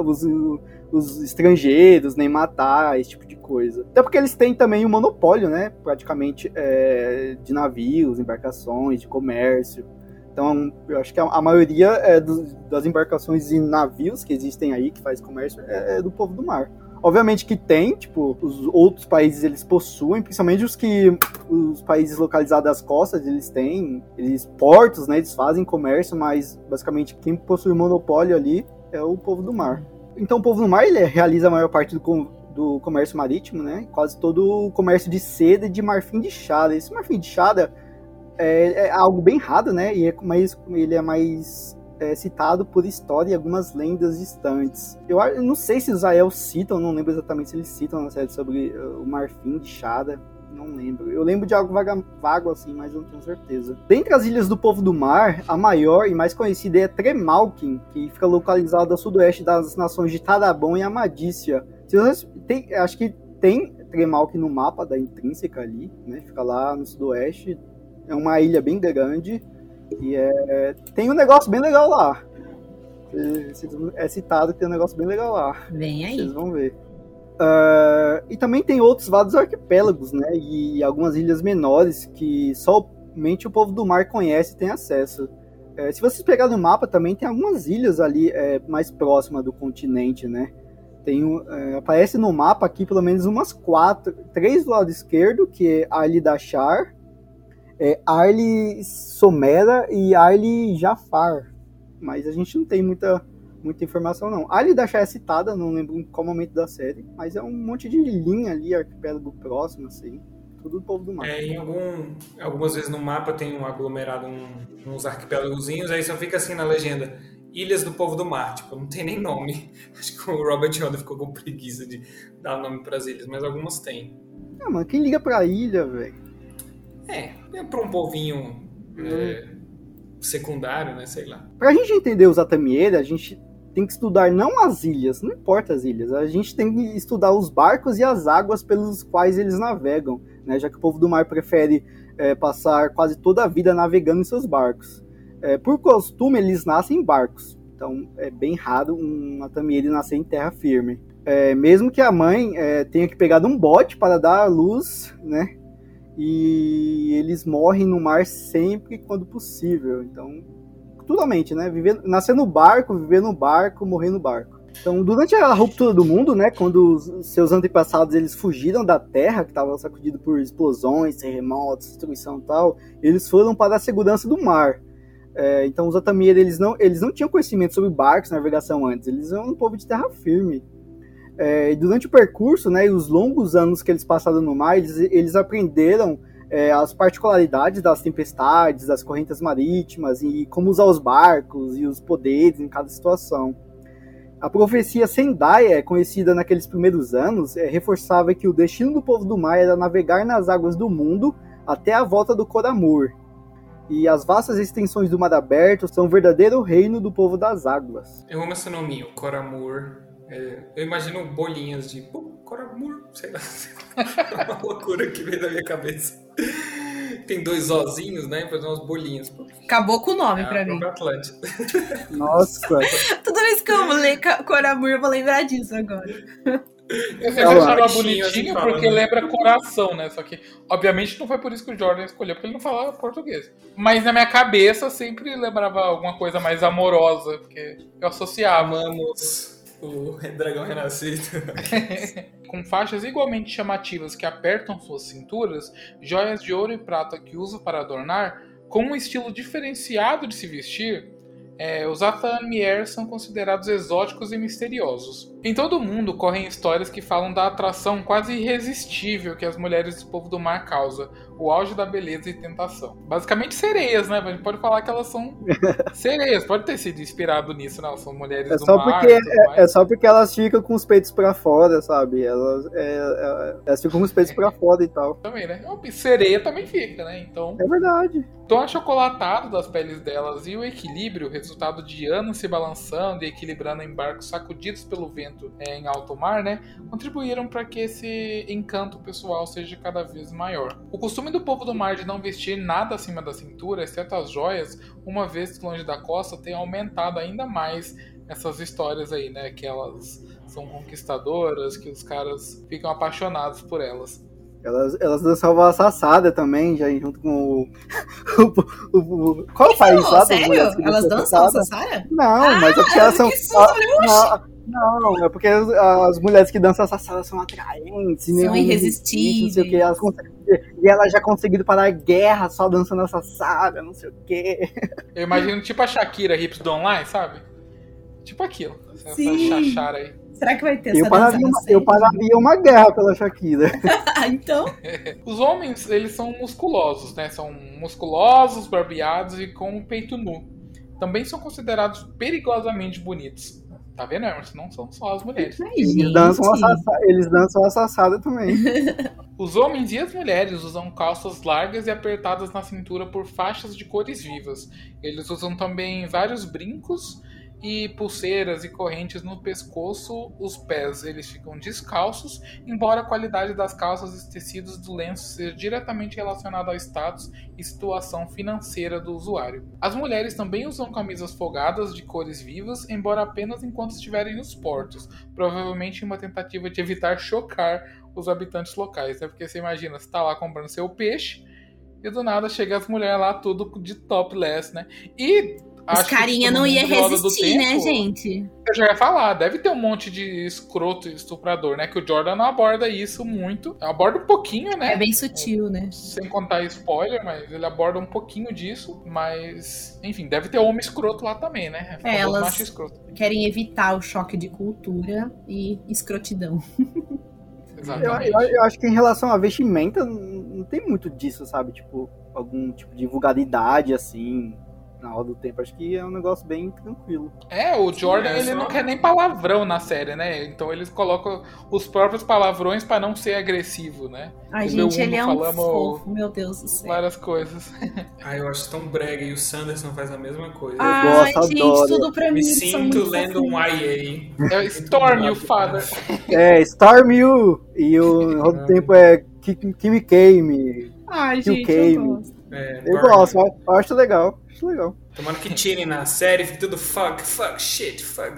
os estrangeiros, nem matar, esse tipo de coisa. Até porque eles têm também um monopólio, né, praticamente, de navios, embarcações, de comércio. Então, eu acho que a maioria das embarcações e navios que existem aí, que faz comércio, é do Povo do Mar. Obviamente que tem, tipo, os outros países eles possuem, principalmente os países localizados às costas, eles portos, né, eles fazem comércio, mas basicamente quem possui monopólio ali é o Povo do Mar. Então o Povo do Mar, ele realiza a maior parte do comércio marítimo, né? Quase todo o comércio de seda e de marfim de Chara. Esse marfim de Chara é algo bem raro, né? Mas ele é mais citado por história e algumas lendas distantes. Eu não sei se os Aiel citam, não lembro exatamente se eles citam na série sobre o Marfim de Chara. Não lembro. Eu lembro de algo vago assim, mas não tenho certeza. Dentre as ilhas do Povo do Mar, a maior e mais conhecida é Tremalkin, que fica localizada ao sudoeste das nações de Tarabon e Amadícia. Acho que tem Tremalkin no mapa da Intrínseca ali, né? Fica lá no sudoeste. É uma ilha bem grande e tem um negócio bem legal lá. É citado que tem um negócio bem legal lá. Vem aí. Vocês vão ver. E também tem vários arquipélagos, né? E algumas ilhas menores que somente o Povo do Mar conhece e tem acesso. Se vocês pegarem no mapa, também tem algumas ilhas ali mais próximas do continente, né? Aparece no mapa aqui pelo menos umas 3 do lado esquerdo, que é Arli Dashar, Arli Somera e Arli Jafar. Mas a gente não tem muita informação, não. Arli Dashar é citada, não lembro em qual momento da série, mas é um monte de linha ali, arquipélago próximo, assim. Tudo do Povo do Mar. Algumas vezes no mapa tem um aglomerado, uns arquipélagozinhos, aí só fica assim na legenda: Ilhas do Povo do Mar. Tipo, não tem nem nome. Acho que o Robert Yoda ficou com preguiça de dar nome pras ilhas, mas algumas tem. Mano, quem liga pra ilha, velho? É pra um povinho secundário, né? Sei lá. Pra gente entender os Atamieri, a gente tem que estudar não as ilhas, não importa as ilhas, a gente tem que estudar os barcos e as águas pelos quais eles navegam, né? Já que o Povo do Mar prefere passar quase toda a vida navegando em seus barcos. Por costume, eles nascem em barcos, então é bem raro um Atamieri nascer em terra firme. Mesmo que a mãe tenha que pegar um bote para dar à luz, né? E eles morrem no mar sempre quando possível. Então, totalmente, né? Nascer no barco, viver no barco, morrer no barco. Então, durante a ruptura do mundo, né? Quando os seus antepassados eles fugiram da Terra, que estava sacudido por explosões, terremotos, destruição e tal, eles foram para a segurança do mar. Então, os Atamieri eles não tinham conhecimento sobre barcos, navegação antes. Eles eram um povo de terra firme. E durante o percurso, né, e os longos anos que eles passaram no mar, eles aprenderam as particularidades das tempestades, das correntes marítimas e como usar os barcos e os poderes em cada situação. A profecia Sendai, conhecida naqueles primeiros anos, reforçava que o destino do Povo do Mar era navegar nas águas do mundo até a volta do Coramur. E as vastas extensões do mar aberto são o verdadeiro reino do Povo das Águas. Eu amo esse nome, o Coramur. Eu imagino bolinhas de Coramur, sei lá. É uma loucura que veio da minha cabeça. Tem 2 ozinhos, né? Fazer umas bolinhas. Acabou com o nome pra mim. Atlântico. Nossa. Toda vez que eu ler Coramur, eu vou lembrar disso agora. Eu achava bonitinho porque lembra coração, né? Só que, obviamente, não foi por isso que o Jordan escolheu, porque ele não falava português. Mas na minha cabeça, eu sempre lembrava alguma coisa mais amorosa, porque eu associava. Amamos o dragão renascido. Com faixas igualmente chamativas que apertam suas cinturas, joias de ouro e prata que usa para adornar, com um estilo diferenciado de se vestir, os Atamier são considerados exóticos e misteriosos. Em todo o mundo correm histórias que falam da atração quase irresistível que as mulheres do Povo do Mar causam, o auge da beleza e tentação. Basicamente sereias, né? A gente pode falar que elas são sereias, pode ter sido inspirado nisso, né? Elas são mulheres do mar. É só porque elas ficam com os peitos pra fora, sabe? Elas ficam com os peitos pra fora e tal. Também, né? Sereia também fica, né? Então, é verdade. O tom achocolatado das peles delas e o equilíbrio, resultado de anos se balançando e equilibrando em barcos sacudidos pelo vento em alto mar, né, contribuíram para que esse encanto pessoal seja cada vez maior. O costume do Povo do Mar de não vestir nada acima da cintura, exceto as joias, uma vez longe da costa, tem aumentado ainda mais essas histórias aí, né, que elas são conquistadoras, que os caras ficam apaixonados por elas. Elas dançavam a sassada também, já junto com qual país lá? Sério? Elas dançam a sassara? Não, mas é porque elas são... Não, é porque as mulheres que dançam a sassara são atraentes. São irresistíveis. Não sei o que, e elas já conseguiram parar a guerra só dançando a sassara, não sei o que. Eu imagino tipo a Shakira Hips do Online, sabe? Tipo aquilo. Essa chachara aí. Será que vai ter essa dança? Eu pararia uma guerra pela Shakira. Então? Os homens, eles são musculosos, né? São musculosos, barbeados e com o peito nu. também são considerados perigosamente bonitos. Tá vendo, Emerson? Não são só as mulheres. Ai, Eles dançam assassada também. Os homens e as mulheres usam calças largas e apertadas na cintura por faixas de cores vivas. Eles usam também vários brincos e pulseiras e correntes no pescoço. Os pés eles ficam descalços, embora a qualidade das calças e tecidos do lenço seja diretamente relacionada ao status e situação financeira do usuário. As mulheres também usam camisas folgadas de cores vivas, embora apenas enquanto estiverem nos portos, provavelmente em uma tentativa de evitar chocar os habitantes locais, né? Porque você imagina, você tá lá comprando seu peixe e do nada chega as mulheres lá tudo de topless, né? E os carinha não ia resistir, né, gente? Eu já ia falar, deve ter um monte de escroto e estuprador, né? Que o Jordan não aborda isso muito. Aborda um pouquinho, né? É bem sutil, né? Sem contar spoiler, mas ele aborda um pouquinho disso. Mas, enfim, deve ter homem escroto lá também, né? Elas querem evitar o choque de cultura e escrotidão. Exatamente. Eu acho que em relação à vestimenta, não tem muito disso, sabe? Tipo, algum tipo de vulgaridade, assim, na roda do tempo. Acho que é um negócio bem tranquilo. O Jordan, ele não quer nem palavrão na série, né? Então eles colocam os próprios palavrões pra não ser agressivo, né? Ai, gente, ele é um fofo, meu Deus do céu. Várias coisas. Eu acho tão brega e o Sanderson faz a mesma coisa. Ai, gente, adoro. tudo pra mim. Me sinto lendo um YA. É Storm, you father. Storm You! E o roda do tempo é Kimi Kame. Ai, Kill gente, Kame. eu gosto. Eu gosto, eu acho legal. Tomara que tirem na série, fica tudo fuck, shit, fuck.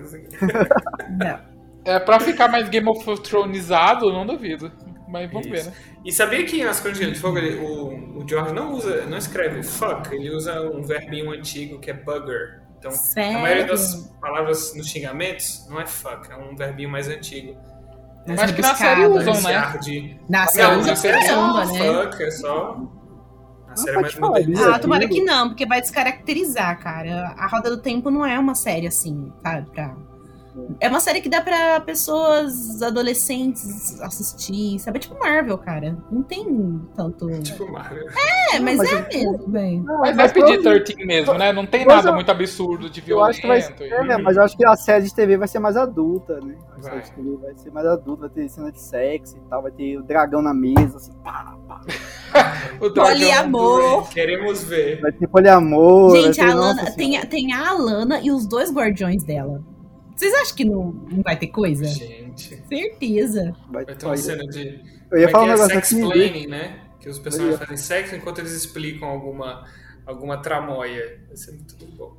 Não. Pra ficar mais Game of Thronesado, não duvido. Mas vamos ver, né? E sabia que nas Crônicas de Fogo o George não escreve fuck, ele usa um verbinho antigo que é bugger. Então, Sério? a maioria das palavras nos xingamentos não é fuck, é um verbinho mais antigo. Mas que na série usam, né? Na série usa caramba, né? Fuck, é só... A série é mais modernizada. Tomara que não, porque vai descaracterizar, cara. A Roda do Tempo não é uma série assim, sabe? É uma série que dá pra pessoas adolescentes assistir, sabe? É tipo Marvel, cara. Não tem tanto... Tipo Marvel. Mas é mesmo, bem. Mas vai pedir 13 mesmo, né? Não tem nada muito absurdo de violento. Eu acho que mas eu acho que a série de TV vai ser mais adulta, né? A série de TV vai ser mais adulta, vai ter cena de sexo e tal, vai ter o dragão na mesa, assim, pá. O poliamor. Queremos ver. Vai ter poliamor. Gente, a Alana, tem a Alana e os dois guardiões dela. Vocês acham que não vai ter coisa? Gente. Certeza. Vai ter uma cena de... Eu ia falar um negócio sex aqui. Explaining, né? Que os personagens fazem sexo enquanto eles explicam alguma tramóia. Vai ser muito bom.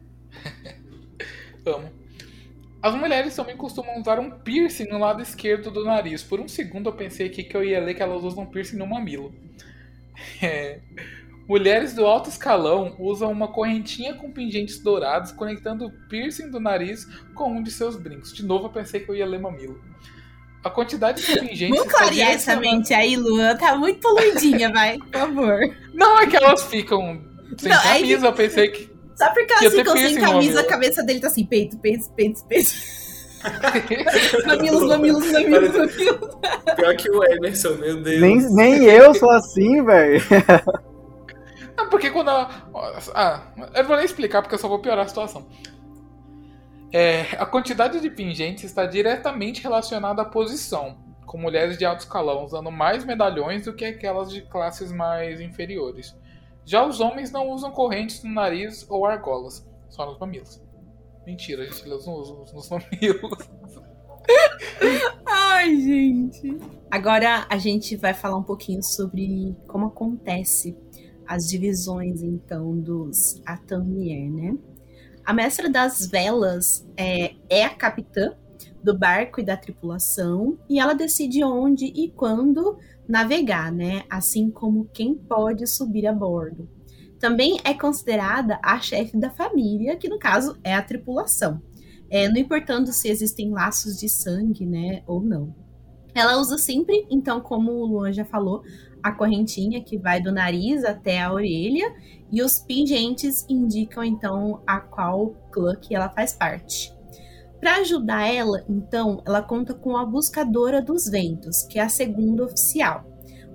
Amo. As mulheres também costumam usar um piercing no lado esquerdo do nariz. Por um segundo eu pensei aqui que eu ia ler que elas usam piercing no mamilo. Mulheres do alto escalão usam uma correntinha com pingentes dourados conectando o piercing do nariz com um de seus brincos. De novo eu pensei que eu ia ler mamilo. A quantidade de pingentes... Vamos clarear essa mente aí, Luan. Tá muito poluidinha, vai, por favor. Não, é que elas ficam sem camisa, eu pensei que... Só porque elas ficam sem camisa, a cabeça dele tá assim, peito. Mamilos. Pior que o Emerson, meu Deus. Nem eu sou assim, velho. Não, porque quando eu vou nem explicar porque eu só vou piorar a situação. A quantidade de pingentes está diretamente relacionada à posição, com mulheres de alto escalão usando mais medalhões do que aquelas de classes mais inferiores. Já os homens não usam correntes no nariz ou argolas, só nos mamilos. Mentira, gente, eles não usam nos mamilos. Ai, gente. Agora a gente vai falar um pouquinho sobre como acontece as divisões, então, dos Atanmier, né? A mestra das velas é a capitã do barco e da tripulação, e ela decide onde e quando navegar, né? Assim como quem pode subir a bordo. Também é considerada a chefe da família, que no caso é a tripulação, não importando se existem laços de sangue, né, ou não. Ela usa sempre, então, como o Luan já falou, a correntinha que vai do nariz até a orelha, e os pingentes indicam, então, a qual clã que ela faz parte. Para ajudar ela, então, ela conta com a Buscadora dos Ventos, que é a segunda oficial.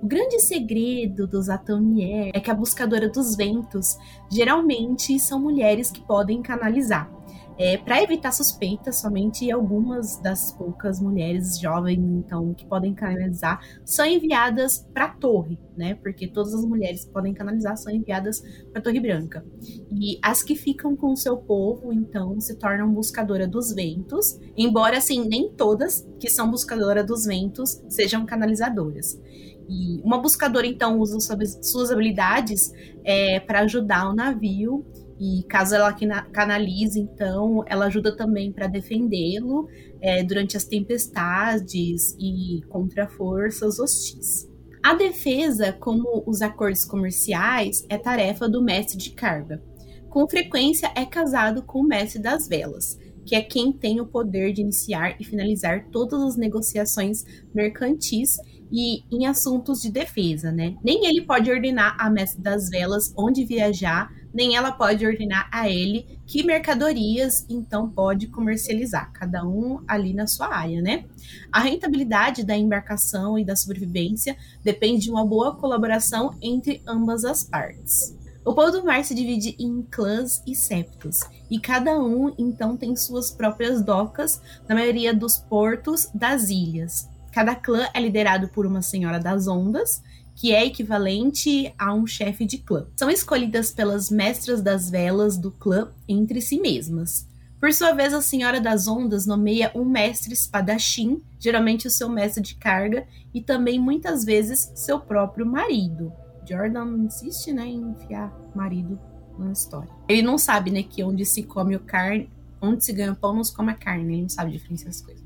O grande segredo dos Atamier é que a buscadora dos ventos geralmente são mulheres que podem canalizar. Para evitar suspeitas, somente algumas das poucas mulheres jovens então, que podem canalizar são enviadas para a torre, né? Porque todas as mulheres que podem canalizar são enviadas para a Torre Branca. E as que ficam com o seu povo, então, se tornam buscadora dos ventos, embora, assim, nem todas que são buscadora dos ventos sejam canalizadoras. E uma buscadora, então, usa suas habilidades para ajudar o navio. E caso ela canalize, então, ela ajuda também para defendê-lo durante as tempestades e contra forças hostis. A defesa, como os acordos comerciais, é tarefa do mestre de carga. Com frequência é casado com o mestre das velas, que é quem tem o poder de iniciar e finalizar todas as negociações mercantis e em assuntos de defesa, né? Nem ele pode ordenar a mestre das velas onde viajar, nem ela pode ordenar a ele que mercadorias então pode comercializar, cada um ali na sua área, né? A rentabilidade da embarcação e da sobrevivência depende de uma boa colaboração entre ambas as partes. O povo do mar se divide em clãs e septos, e cada um então tem suas próprias docas na maioria dos portos das ilhas. Cada clã é liderado por uma senhora das ondas, que é equivalente a um chefe de clã. São escolhidas pelas mestras das velas do clã entre si mesmas. Por sua vez, a Senhora das Ondas nomeia um mestre espadachim, geralmente o seu mestre de carga, e também muitas vezes seu próprio marido. Jordan insiste, né, em enfiar marido na história. Ele não sabe, né, que onde se come o carne, onde se ganha o pão não se come a carne, ele não sabe diferenciar as coisas.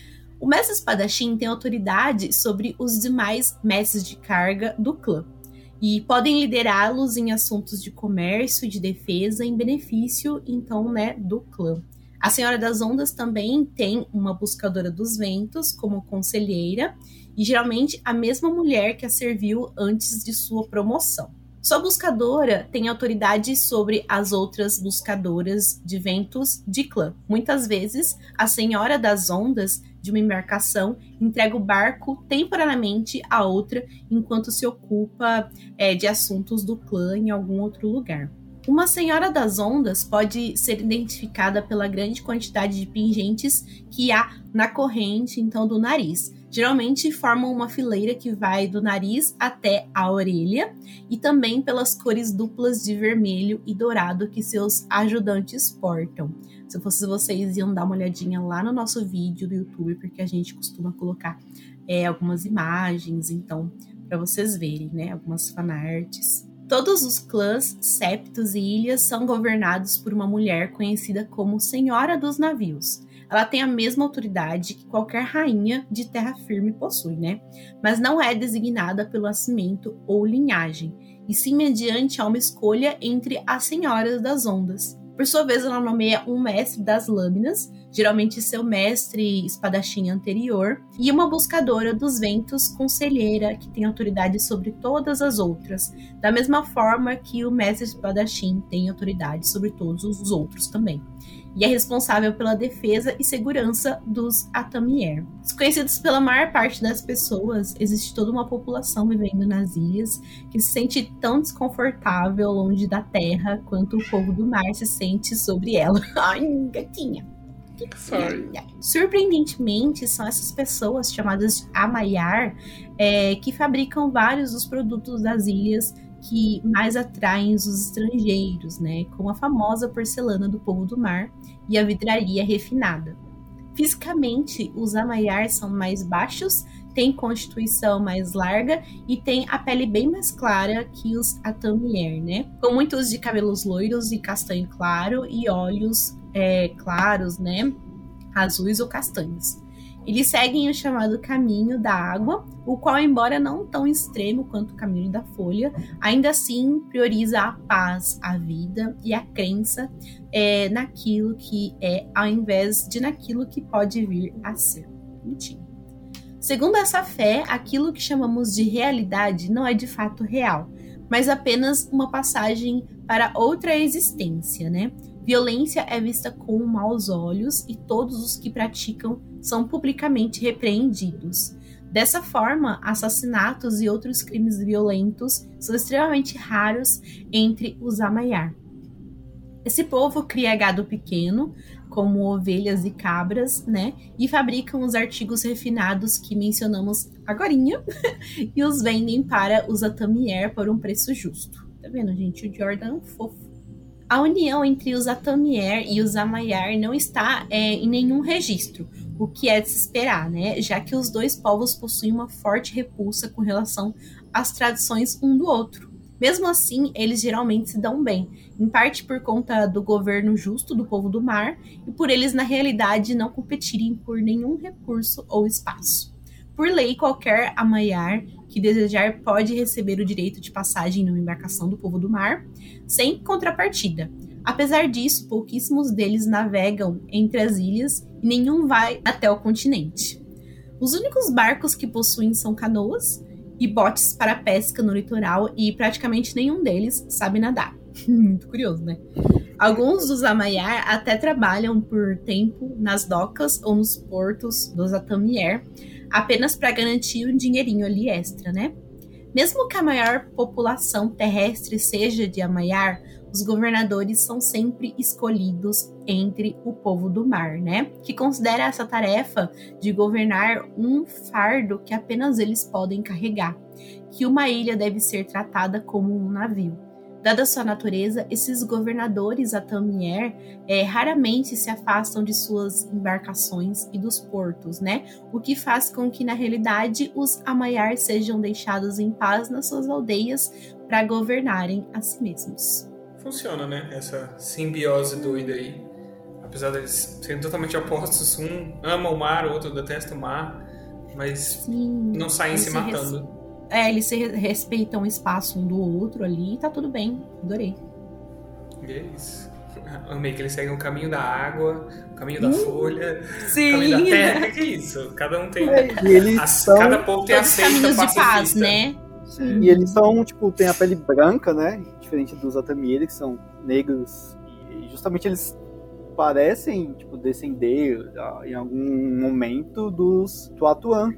O mestre espadachim tem autoridade sobre os demais mestres de carga do clã e podem liderá-los em assuntos de comércio e de defesa em benefício, então, né, do clã. A Senhora das Ondas também tem uma buscadora dos ventos como conselheira e geralmente a mesma mulher que a serviu antes de sua promoção. Sua buscadora tem autoridade sobre as outras buscadoras de ventos de clã. Muitas vezes, a Senhora das Ondas de uma embarcação entrega o barco temporariamente a outra enquanto se ocupa de assuntos do clã em algum outro lugar. Uma Senhora das Ondas pode ser identificada pela grande quantidade de pingentes que há na corrente, então, do nariz. Geralmente formam uma fileira que vai do nariz até a orelha e também pelas cores duplas de vermelho e dourado que seus ajudantes portam. Se fosse vocês, iam dar uma olhadinha lá no nosso vídeo do YouTube, porque a gente costuma colocar algumas imagens, então, para vocês verem, né? Algumas fanarts. Todos os clãs, septos e ilhas são governados por uma mulher conhecida como Senhora dos Navios. Ela tem a mesma autoridade que qualquer rainha de terra firme possui, né? Mas não é designada pelo nascimento ou linhagem, e sim mediante a uma escolha entre as senhoras das ondas. Por sua vez, ela nomeia um mestre das lâminas, geralmente seu mestre espadachim anterior, e uma buscadora dos ventos conselheira, que tem autoridade sobre todas as outras, da mesma forma que o mestre espadachim tem autoridade sobre todos os outros também. E é responsável pela defesa e segurança dos Atamier. Desconhecidos pela maior parte das pessoas, existe toda uma população vivendo nas ilhas que se sente tão desconfortável longe da terra quanto o povo do mar se sente sobre ela. Ai, gatinha. Sorry. Surpreendentemente, são essas pessoas chamadas de Amayar que fabricam vários dos produtos das ilhas que mais atraem os estrangeiros, né? Como a famosa porcelana do povo do mar e a vidraria refinada. Fisicamente, os Amayar são mais baixos, têm constituição mais larga e têm a pele bem mais clara que os Atamier, né? Com muitos de cabelos loiros e castanho claro e olhos claros, né? Azuis ou castanhos. Eles seguem o chamado caminho da água, o qual, embora não tão extremo quanto o caminho da folha, ainda assim prioriza a paz, a vida e a crença naquilo que é, ao invés de naquilo que pode vir a ser. Bonitinho. Segundo essa fé, aquilo que chamamos de realidade não é de fato real, mas apenas uma passagem para outra existência, né? Violência é vista com maus olhos e todos os que praticam são publicamente repreendidos. Dessa forma, assassinatos e outros crimes violentos são extremamente raros entre os Amayar. Esse povo cria gado pequeno, como ovelhas e cabras, né? E fabricam os artigos refinados que mencionamos agorinha e os vendem para os Atamier por um preço justo. Tá vendo, gente? O Jordan é um fofo. A união entre os Atamier e os Amayar não está em nenhum registro, o que é de se esperar, né? Já que os dois povos possuem uma forte repulsa com relação às tradições um do outro. Mesmo assim, eles geralmente se dão bem, em parte por conta do governo justo do povo do mar e por eles, na realidade, não competirem por nenhum recurso ou espaço. Por lei, qualquer Amayar que desejar pode receber o direito de passagem numa embarcação do povo do mar, sem contrapartida. Apesar disso, pouquíssimos deles navegam entre as ilhas e nenhum vai até o continente. Os únicos barcos que possuem são canoas e botes para pesca no litoral e praticamente nenhum deles sabe nadar. Muito curioso, né? Alguns dos Amayar até trabalham por tempo nas docas ou nos portos dos Atamier, apenas para garantir um dinheirinho ali extra, né? Mesmo que a maior população terrestre seja de Amayar, os governadores são sempre escolhidos entre o povo do mar, né? Que considera essa tarefa de governar um fardo que apenas eles podem carregar, que uma ilha deve ser tratada como um navio. Dada sua natureza, esses governadores Atamier raramente se afastam de suas embarcações e dos portos, né? O que faz com que, na realidade, os Amayar sejam deixados em paz nas suas aldeias para governarem a si mesmos. Funciona, né? Essa simbiose doida aí. Apesar deles serem totalmente opostos, um ama o mar, o outro detesta o mar, mas sim, não saem se matando. Eles se respeitam o espaço um do outro ali e tá tudo bem. Adorei. E é isso. Amei que eles seguem o caminho da água, o caminho da folha, sim, o caminho da terra. Que isso? Cada um tem... cada povo tem a seita caminhos de paz, né? Sim. E eles são, tipo, tem a pele branca, né? Diferente dos Atamier, que são negros. E justamente eles parecem, tipo, descender em algum momento dos Tuatuan.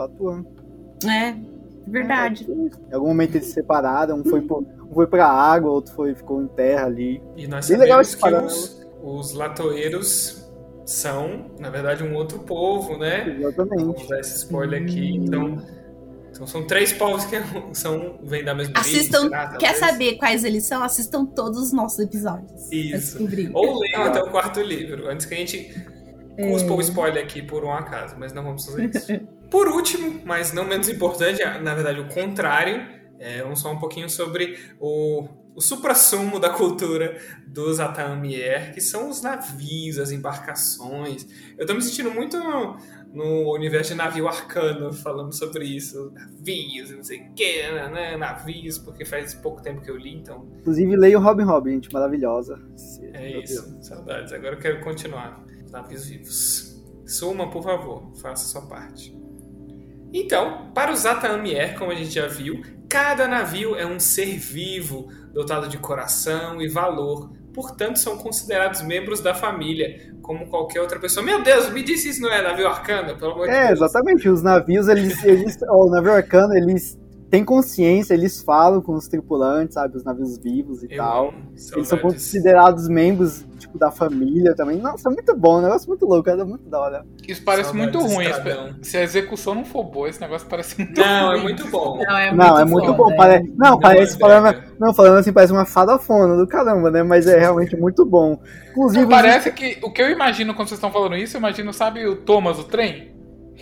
Verdade. Em algum momento eles se separaram, um foi pra água, outro ficou em terra ali. E nós sabemos que os latoeiros são, na verdade, um outro povo, né? Exatamente. Vamos dar esse spoiler aqui. Então são 3 povos que vêm da mesma Assistam, quer saber quais eles são? Assistam todos os nossos episódios. Isso. Ou leiam até o 4º livro, antes que a gente cuspa o spoiler aqui por um acaso, mas não vamos fazer isso. Por último, mas não menos importante, na verdade o contrário, vamos falar um pouquinho sobre o suprassumo da cultura dos Atamier, que são os navios, as embarcações. Eu tô me sentindo muito no universo de navio arcano, falando sobre isso. Navios, não sei o que, né? Navios, porque faz pouco tempo que eu li, então... Inclusive, leio Robin, gente, maravilhosa. Isso, saudades. Agora eu quero continuar. Navios vivos. Suma, por favor, faça a sua parte. Então, para os Atamier, como a gente já viu, cada navio é um ser vivo, dotado de coração e valor. Portanto, são considerados membros da família, como qualquer outra pessoa. Meu Deus, me disse isso não é navio arcano, pelo amor de Deus. Exatamente. Os navios, o navio arcano, eles têm consciência, eles falam com os tripulantes, sabe? Os navios vivos e tal. Eles são considerados membros, tipo, da família também. Nossa, é muito bom, um negócio muito louco, é muito da hora. Isso parece muito ruim. Se a execução não for boa, esse negócio parece muito ruim. Não, é muito bom. Não, é muito bom. Parece falando assim, parece uma fadafona do caramba, né? Mas é realmente muito bom. Inclusive, parece que o que eu imagino quando vocês estão falando isso, eu imagino, sabe o Thomas, o trem?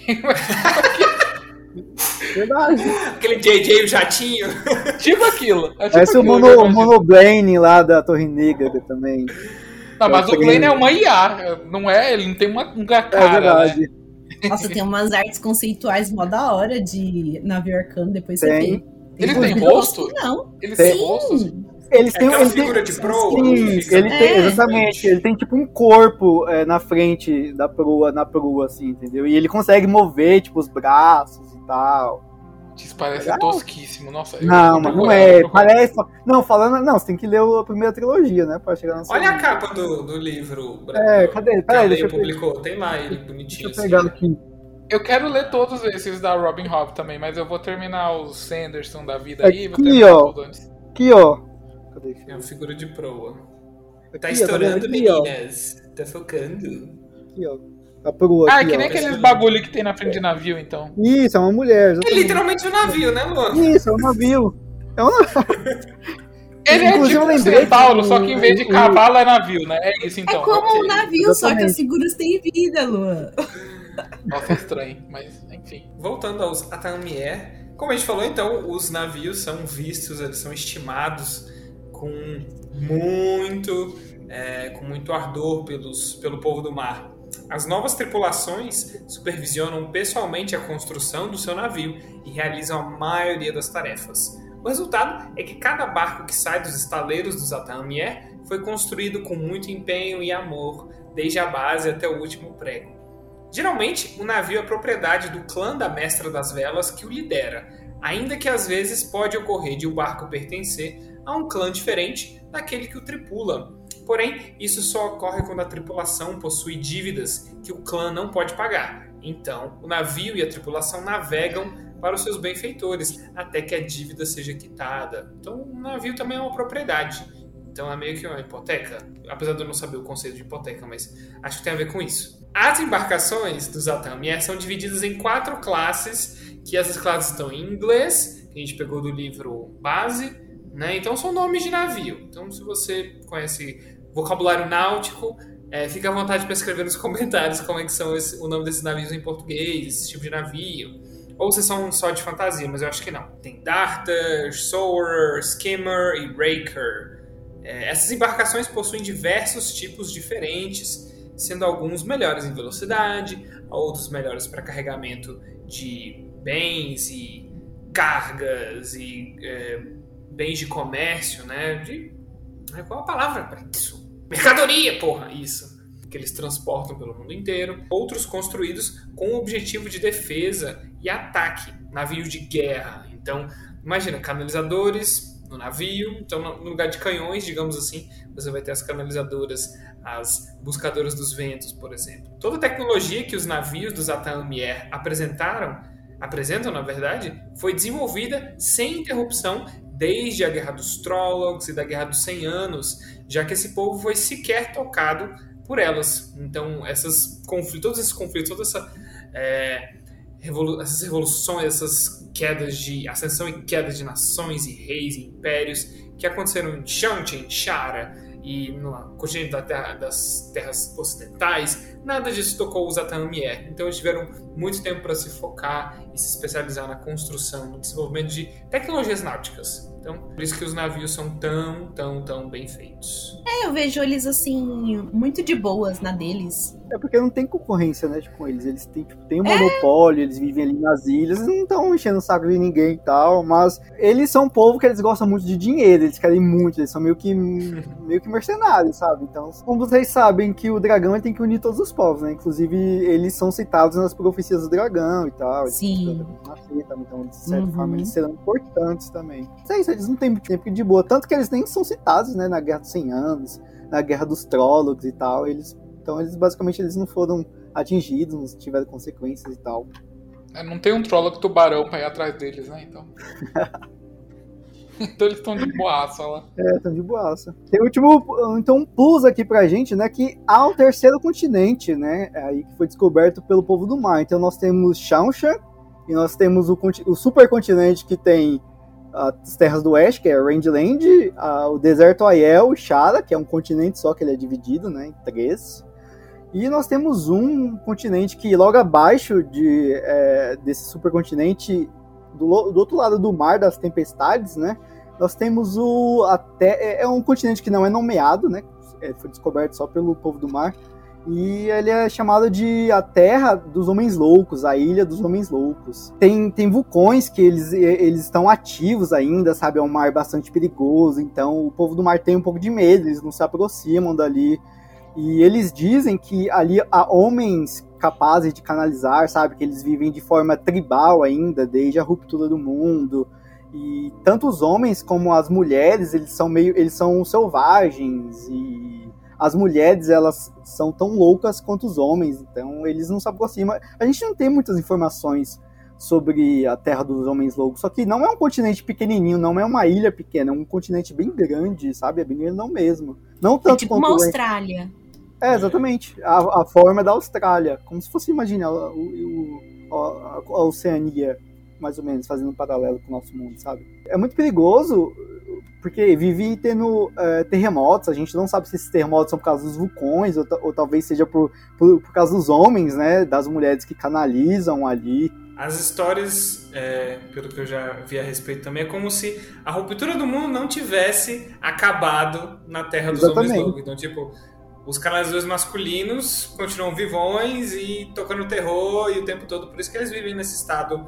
Verdade. Aquele JJ, o jatinho. Tipo aquilo. Parece o Monoblane lá da Torre Negra também. Não, mas o Blaine é uma IA, não é? Ele não tem uma cara, verdade. Né? Nossa, tem umas artes conceituais mó da hora de navio arcano, depois você vê. Ele tem rosto? Não. Ele tem rosto? Eles têm aquela figura de proa. Exatamente. Ele tem tipo um corpo na frente da proa, na proa, assim, entendeu? E ele consegue mover, tipo, os braços e tal. Isso parece tosquíssimo, nossa. Não, mas não é. Parece. Não, você tem que ler a primeira trilogia, né? Pra chegar na Olha a capa do livro. Cadê? Peraí, deixa eu publicou. Tem lá ele bonitinho. Deixa eu pegar aqui. Eu quero ler todos esses da Robin Hobb também, mas eu vou terminar os Sanderson da vida aí. Vou Aqui, terminar ó. tudo antes. Aqui, ó. Cadê? É uma figura de proa. Tá Aqui, ó, estourando, tá vendo? Aqui, ó. meninas. Tá focando. Aqui, ó. A proa Ah, é aqui, que nem ó. aqueles bagulho que tem na frente de navio, então. Isso, é uma mulher, É exatamente. literalmente um navio, né, Luan? Isso, é um navio. É um navio. Ele é Inclusive, tipo eu um lembrei centauro, que só que em vez de cavalo é navio, né? É isso então. É como ok. um navio, só que Exatamente. as figuras têm vida, Luan. Nossa, é estranho, mas enfim. Voltando aos Atamier, como a gente falou, então, os navios são vistos, eles são estimados com muito ardor pelo povo do mar. As novas tripulações supervisionam pessoalmente a construção do seu navio e realizam a maioria das tarefas. O resultado é que cada barco que sai dos estaleiros dos Atamier foi construído com muito empenho e amor, desde a base até o último prego. Geralmente, o navio é propriedade do clã da Mestra das Velas que o lidera, ainda que às vezes pode ocorrer de o barco pertencer a um clã diferente daquele que o tripula. Porém, isso só ocorre quando a tripulação possui dívidas que o clã não pode pagar. Então, o navio e a tripulação navegam para os seus benfeitores até que a dívida seja quitada. Então, o navio também é uma propriedade. Então, é meio que uma hipoteca. Apesar de eu não saber o conceito de hipoteca, mas acho que tem a ver com isso. As embarcações dos Atamier são divididas em 4 classes, que essas classes estão em inglês, que a gente pegou do livro base, né? Então são nomes de navio. Então se você conhece vocabulário náutico, fica à vontade para escrever nos comentários como é que são o nome desses navios em português, esse tipo de navio. Ou se são só de fantasia, mas eu acho que não. Tem Darter, Sower, Skimmer e Raker. Essas embarcações possuem diversos tipos diferentes, sendo alguns melhores em velocidade, outros melhores para carregamento de bens e cargas e bens de comércio, né? Qual a palavra para isso? Mercadoria, porra! Isso. Que eles transportam pelo mundo inteiro. Outros construídos com o objetivo de defesa e ataque, navios de guerra. Então, imagina, canalizadores no navio. Então, no lugar de canhões, digamos assim, você vai ter as canalizadoras, as buscadoras dos ventos, por exemplo. Toda a tecnologia que os navios dos Atamier apresentam, na verdade, foi desenvolvida sem interrupção desde a Guerra dos Trollocs e da Guerra dos 100 Anos, já que esse povo foi sequer tocado por elas. Então, todos esses conflitos, toda essas revoluções, essas quedas de ascensão e queda de nações e reis e impérios que aconteceram em Shanchen, Shara e no continente das terras ocidentais, nada disso tocou os Atamier. Então eles tiveram muito tempo para se focar e se especializar na construção, no desenvolvimento de tecnologias náuticas. Então, por isso que os navios são tão bem feitos. Eu vejo eles, assim, muito de boas na deles. É porque não tem concorrência, né, com eles. Eles têm um monopólio, eles vivem ali nas ilhas, eles não estão enchendo o saco de ninguém e tal, mas eles são um povo que eles gostam muito de dinheiro, eles querem muito, eles são meio que mercenários, sabe? Então, como vocês sabem que o dragão ele tem que unir todos os povos, né? Inclusive, eles são citados nas profecias do dragão e tal. Sim. Então, de certa forma, eles serão importantes também. É isso, eles não têm muito tempo de boa, tanto que eles nem são citados, né, na Guerra dos 100 Anos, na Guerra dos Trollocs e tal, então eles basicamente não foram atingidos, não tiveram consequências e tal. Não tem um Trolloc tubarão pra ir atrás deles, né, então. Então eles estão de boaça lá. Estão de boaça. Tem um plus aqui pra gente, né, que há um terceiro continente, né, aí que foi descoberto pelo povo do mar. Então nós temos Shanshan, e nós temos o supercontinente que tem as terras do oeste, que é Rangeland, o deserto Aiel, Shara, que é um continente só que ele é dividido, né, em 3. E nós temos um continente que logo abaixo desse supercontinente, do outro lado do mar das tempestades, né, nós temos é um continente que não é nomeado, né, foi descoberto só pelo povo do mar, e ele é chamado de a Terra dos Homens Loucos, a Ilha dos Homens Loucos. Tem vulcões que eles estão ativos ainda, sabe? É um mar bastante perigoso, então o povo do mar tem um pouco de medo, eles não se aproximam dali. E eles dizem que ali há homens capazes de canalizar, sabe? Que eles vivem de forma tribal ainda, desde a ruptura do mundo. E tanto os homens como as mulheres, eles são selvagens e as mulheres, elas são tão loucas quanto os homens, então eles não se aproximam. A gente não tem muitas informações sobre a Terra dos Homens Loucos, só que não é um continente pequenininho, não é uma ilha pequena, é um continente bem grande, sabe? É bem grandão mesmo. Não tanto tipo quanto uma Austrália. Exatamente. A forma da Austrália, como se fosse, imagina, a Oceania, mais ou menos, fazendo um paralelo com o nosso mundo, sabe? É muito perigoso, porque vive tendo terremotos, a gente não sabe se esses terremotos são por causa dos vulcões, ou talvez seja por causa dos homens, né, das mulheres que canalizam ali. As histórias, pelo que eu já vi a respeito também, é como se a ruptura do mundo não tivesse acabado na Terra dos Homens Loucos. Então, tipo, os canalizadores masculinos continuam vivões e tocando terror e o tempo todo, por isso que eles vivem nesse estado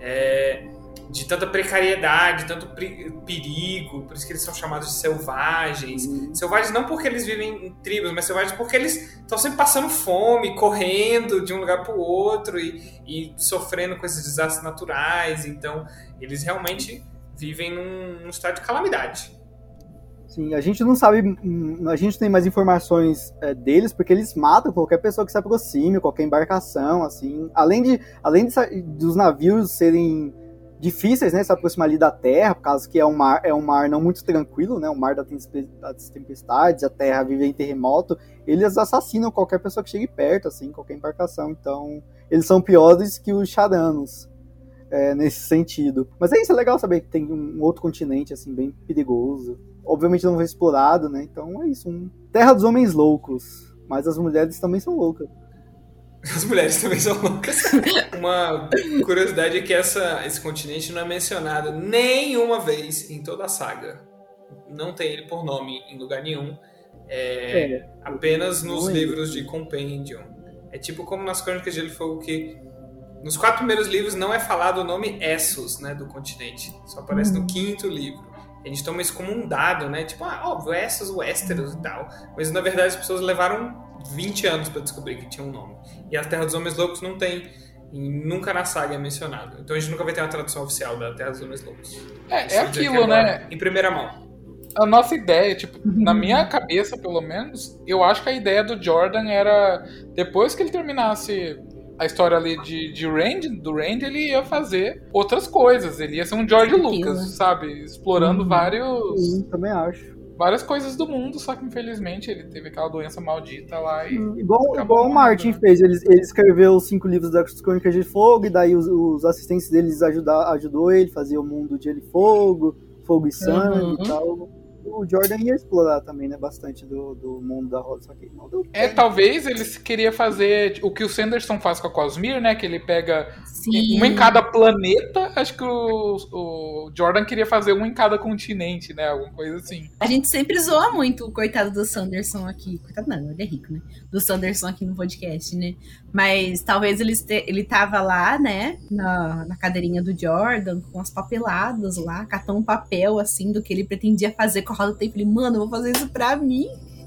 de tanta precariedade, tanto perigo, por isso que eles são chamados de selvagens. Selvagens não porque eles vivem em tribos, mas selvagens porque eles estão sempre passando fome, correndo de um lugar para o outro e sofrendo com esses desastres naturais. Então, eles realmente vivem num estado de calamidade. Sim, a gente não sabe, a gente tem mais informações deles, porque eles matam qualquer pessoa que se aproxime, qualquer embarcação, assim. Além dos navios serem difíceis, né, se aproximar ali da Terra, por causa que é um mar não muito tranquilo, né, o mar das tempestades, a Terra vive em terremoto, eles assassinam qualquer pessoa que chegue perto, assim, qualquer embarcação. Então, eles são piores que os Charanos, nesse sentido. Mas é legal saber que tem um outro continente, assim, bem perigoso. Obviamente não foi explorado, né, então é isso, Terra dos Homens Loucos, mas as mulheres também são loucas. As mulheres também são loucas. Uma curiosidade é que esse continente não é mencionado nenhuma vez em toda a saga. Não tem ele por nome em lugar nenhum. Apenas nos livros de Compendium. É tipo como nas Crônicas de Gelo e Fogo, que nos 4 primeiros livros não é falado o nome Essos, né, do continente. Só aparece no 5º livro. A gente toma isso como um dado, né? Tipo, óbvio, Essos, Westeros e tal. Mas na verdade as pessoas levaram 20 anos para descobrir que tinha um nome. E a Terra dos Homens Loucos não tem, e nunca na saga é mencionado. Então a gente nunca vai ter uma tradução oficial da Terra dos Homens Loucos. É aquilo, né? Em primeira mão. A nossa ideia, tipo, na minha cabeça, pelo menos, eu acho que a ideia do Jordan era, depois que ele terminasse a história ali do Rand, ele ia fazer outras coisas. Ele ia ser um George Lucas, sabe? Explorando também acho. várias coisas do mundo, só que infelizmente ele teve aquela doença maldita lá e... Igual o Martin fez, ele escreveu os 5 livros das Crônicas de Fogo, e daí os assistentes deles ajudou ele a fazer o mundo de Gelo e Fogo e Sangue e tal. O Jordan ia explorar também, né, bastante do mundo da Roda, só que não deu tempo. Talvez ele queria fazer o que o Sanderson faz com a Cosmere, né, que ele pega uma em cada planeta. Acho que o Jordan queria fazer um em cada continente, né, alguma coisa assim. A gente sempre zoa muito o coitado do Sanderson aqui. Coitado não, ele é rico, né? Do Sanderson aqui no podcast, né? Mas talvez ele tava lá, né, na cadeirinha do Jordan, com as papeladas lá, catou um papel, assim, do que ele pretendia fazer com a Roda do Tempo. Ele, mano, eu vou fazer isso pra mim.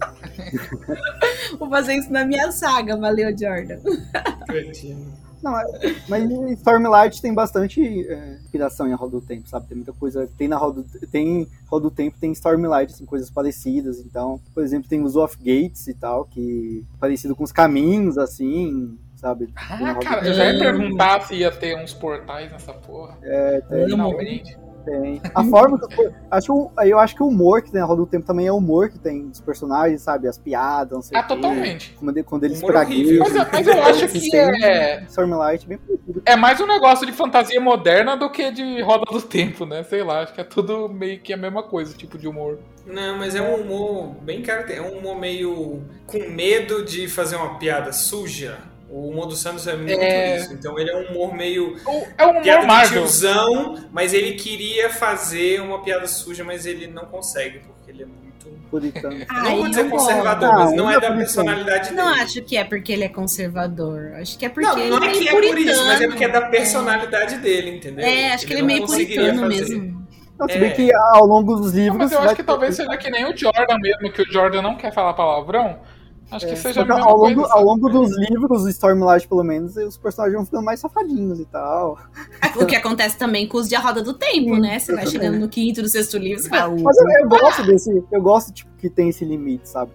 Vou fazer isso na minha saga. Valeu, Jordan. Não, mas Stormlight tem bastante inspiração em A Roda do Tempo, sabe? Tem muita coisa. Tem Roda do Tempo, tem Stormlight, assim, coisas parecidas. Então, por exemplo, tem os Off-Gates e tal, que parecido com os caminhos, assim, sabe? Cara, eu já ia perguntar se ia ter uns portais nessa porra. Tem. Finalmente. Tem. A forma que eu acho que o humor que tem na Roda do Tempo também é o humor que tem dos personagens, sabe? As piadas, não sei o quê. Totalmente. Quando eles praguejam. Mas eu acho que Stormlight bem parecido. É mais um negócio de fantasia moderna do que de Roda do Tempo, né? Sei lá, acho que é tudo meio que a mesma coisa, tipo de humor. Não, mas é um humor bem característico. É um humor meio com medo de fazer uma piada suja. O humor do Santos é muito isso. Então ele é um humor meio... É um humor Marvel. Tiozão, mas ele queria fazer uma piada suja, mas ele não consegue, porque ele é muito... Puritano. Não vou dizer conservador, mas não é da personalidade dele. Não acho que é porque ele é conservador. Acho que é porque ele não é que é puritano. Por isso, mas é porque é da personalidade dele, entendeu? Acho que ele é meio puritano mesmo. Não, se bem que ao longo dos livros... Mas eu acho que talvez seja que nem o Jordan mesmo, que o Jordan não quer falar palavrão. Acho que seja ao longo dos livros, o Stormlight, pelo menos, os personagens vão ficando mais safadinhos e tal. O que acontece também com os de A Roda do Tempo, né? Você vai chegando no 5º, no 6º livro, você fala... Mas eu gosto tipo, que tem esse limite, sabe? Que, tipo,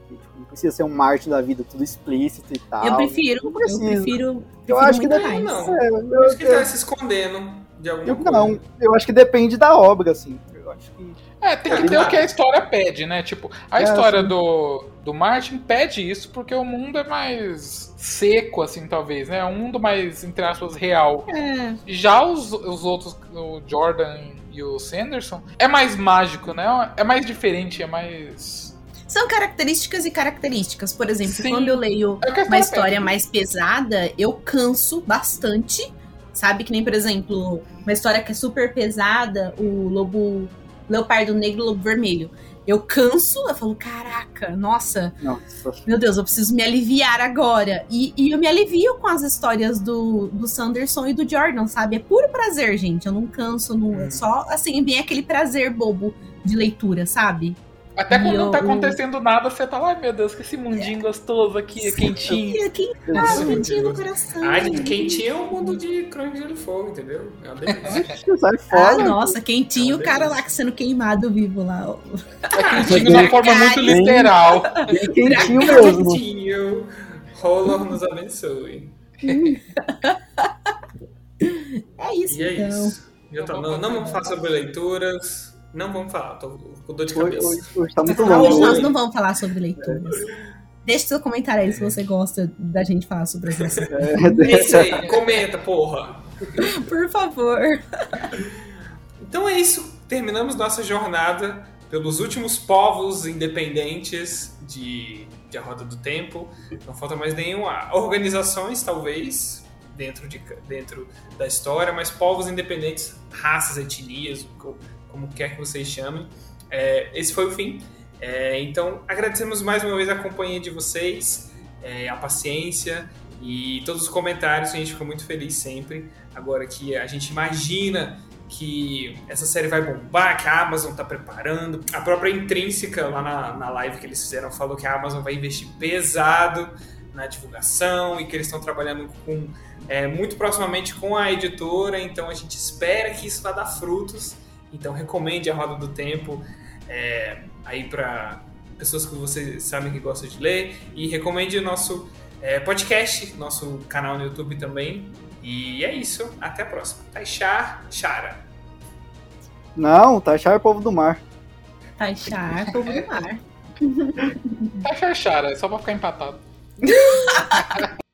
precisa ser um Marte da vida, tudo explícito e tal. Eu prefiro Eu acho que muito depende, mais. Por isso que ele tá se escondendo de alguma coisa. Não, eu acho que depende da obra, assim. Eu acho que... Tem que ter o que a história pede, né? Tipo, a história sim. do Martin pede isso porque o mundo é mais seco, assim, talvez, né? É um mundo mais, entre aspas, real. Já os outros, o Jordan e o Sanderson, é mais mágico, né? É mais diferente, é mais... São características e características. Por exemplo, Sim. quando eu leio É o que a uma história história pede. mais pesada, eu canso bastante. Sabe? Que nem, por exemplo, uma história que é super pesada, o Leopardo Negro e o Lobo Vermelho. Eu canso, eu falo, caraca, nossa, meu Deus, eu preciso me aliviar agora. E eu me alivio com as histórias do Sanderson e do Jordan, sabe? É puro prazer, gente. Eu não canso, não, é só, assim, vem aquele prazer bobo de leitura, sabe? Até quando não tá acontecendo nada, você tá lá, ai meu Deus, que esse mundinho gostoso aqui, quentinho. Quentinho no coração. Ai, gente, quentinho é um mundo de Crônica de Gelo e Fogo, entendeu? É uma delícia. Sai fora. Nossa, quentinho, o cara lá sendo queimado vivo lá. É quentinho de uma forma muito literal. Bem quentinho mesmo. Quentinho. Rolor nos abençoe. É isso, E é então. isso. Não vamos falar sobre leituras. Não vamos falar, tô com dor de cabeça. Hoje tá muito Hoje longo. nós não vamos falar sobre leituras. Deixe seu comentário aí se você gosta da gente falar sobre as nossas. É isso aí, comenta, porra. Por favor. Então é isso. Terminamos nossa jornada pelos últimos povos independentes de A Roda do Tempo. Não falta mais nenhuma. Organizações, talvez, dentro da história, mas povos independentes, raças, etnias, como quer que vocês chamem. Esse foi o fim. Então, agradecemos mais uma vez a companhia de vocês, a paciência e todos os comentários. A gente ficou muito feliz sempre. Agora que a gente imagina que essa série vai bombar, que a Amazon está preparando. A própria Intrínseca, lá na live que eles fizeram, falou que a Amazon vai investir pesado na divulgação e que eles estão trabalhando muito proximamente com a editora. Então, a gente espera que isso vá dar frutos. Então recomende A Roda do Tempo aí para pessoas que vocês sabem que gostam de ler, e recomende o nosso podcast, nosso canal no YouTube também. E é isso, até a próxima. Taixar, Chara. Não, Taixar é povo do mar. Taixar, povo do mar. Tá fechada, é só pra ficar empatado.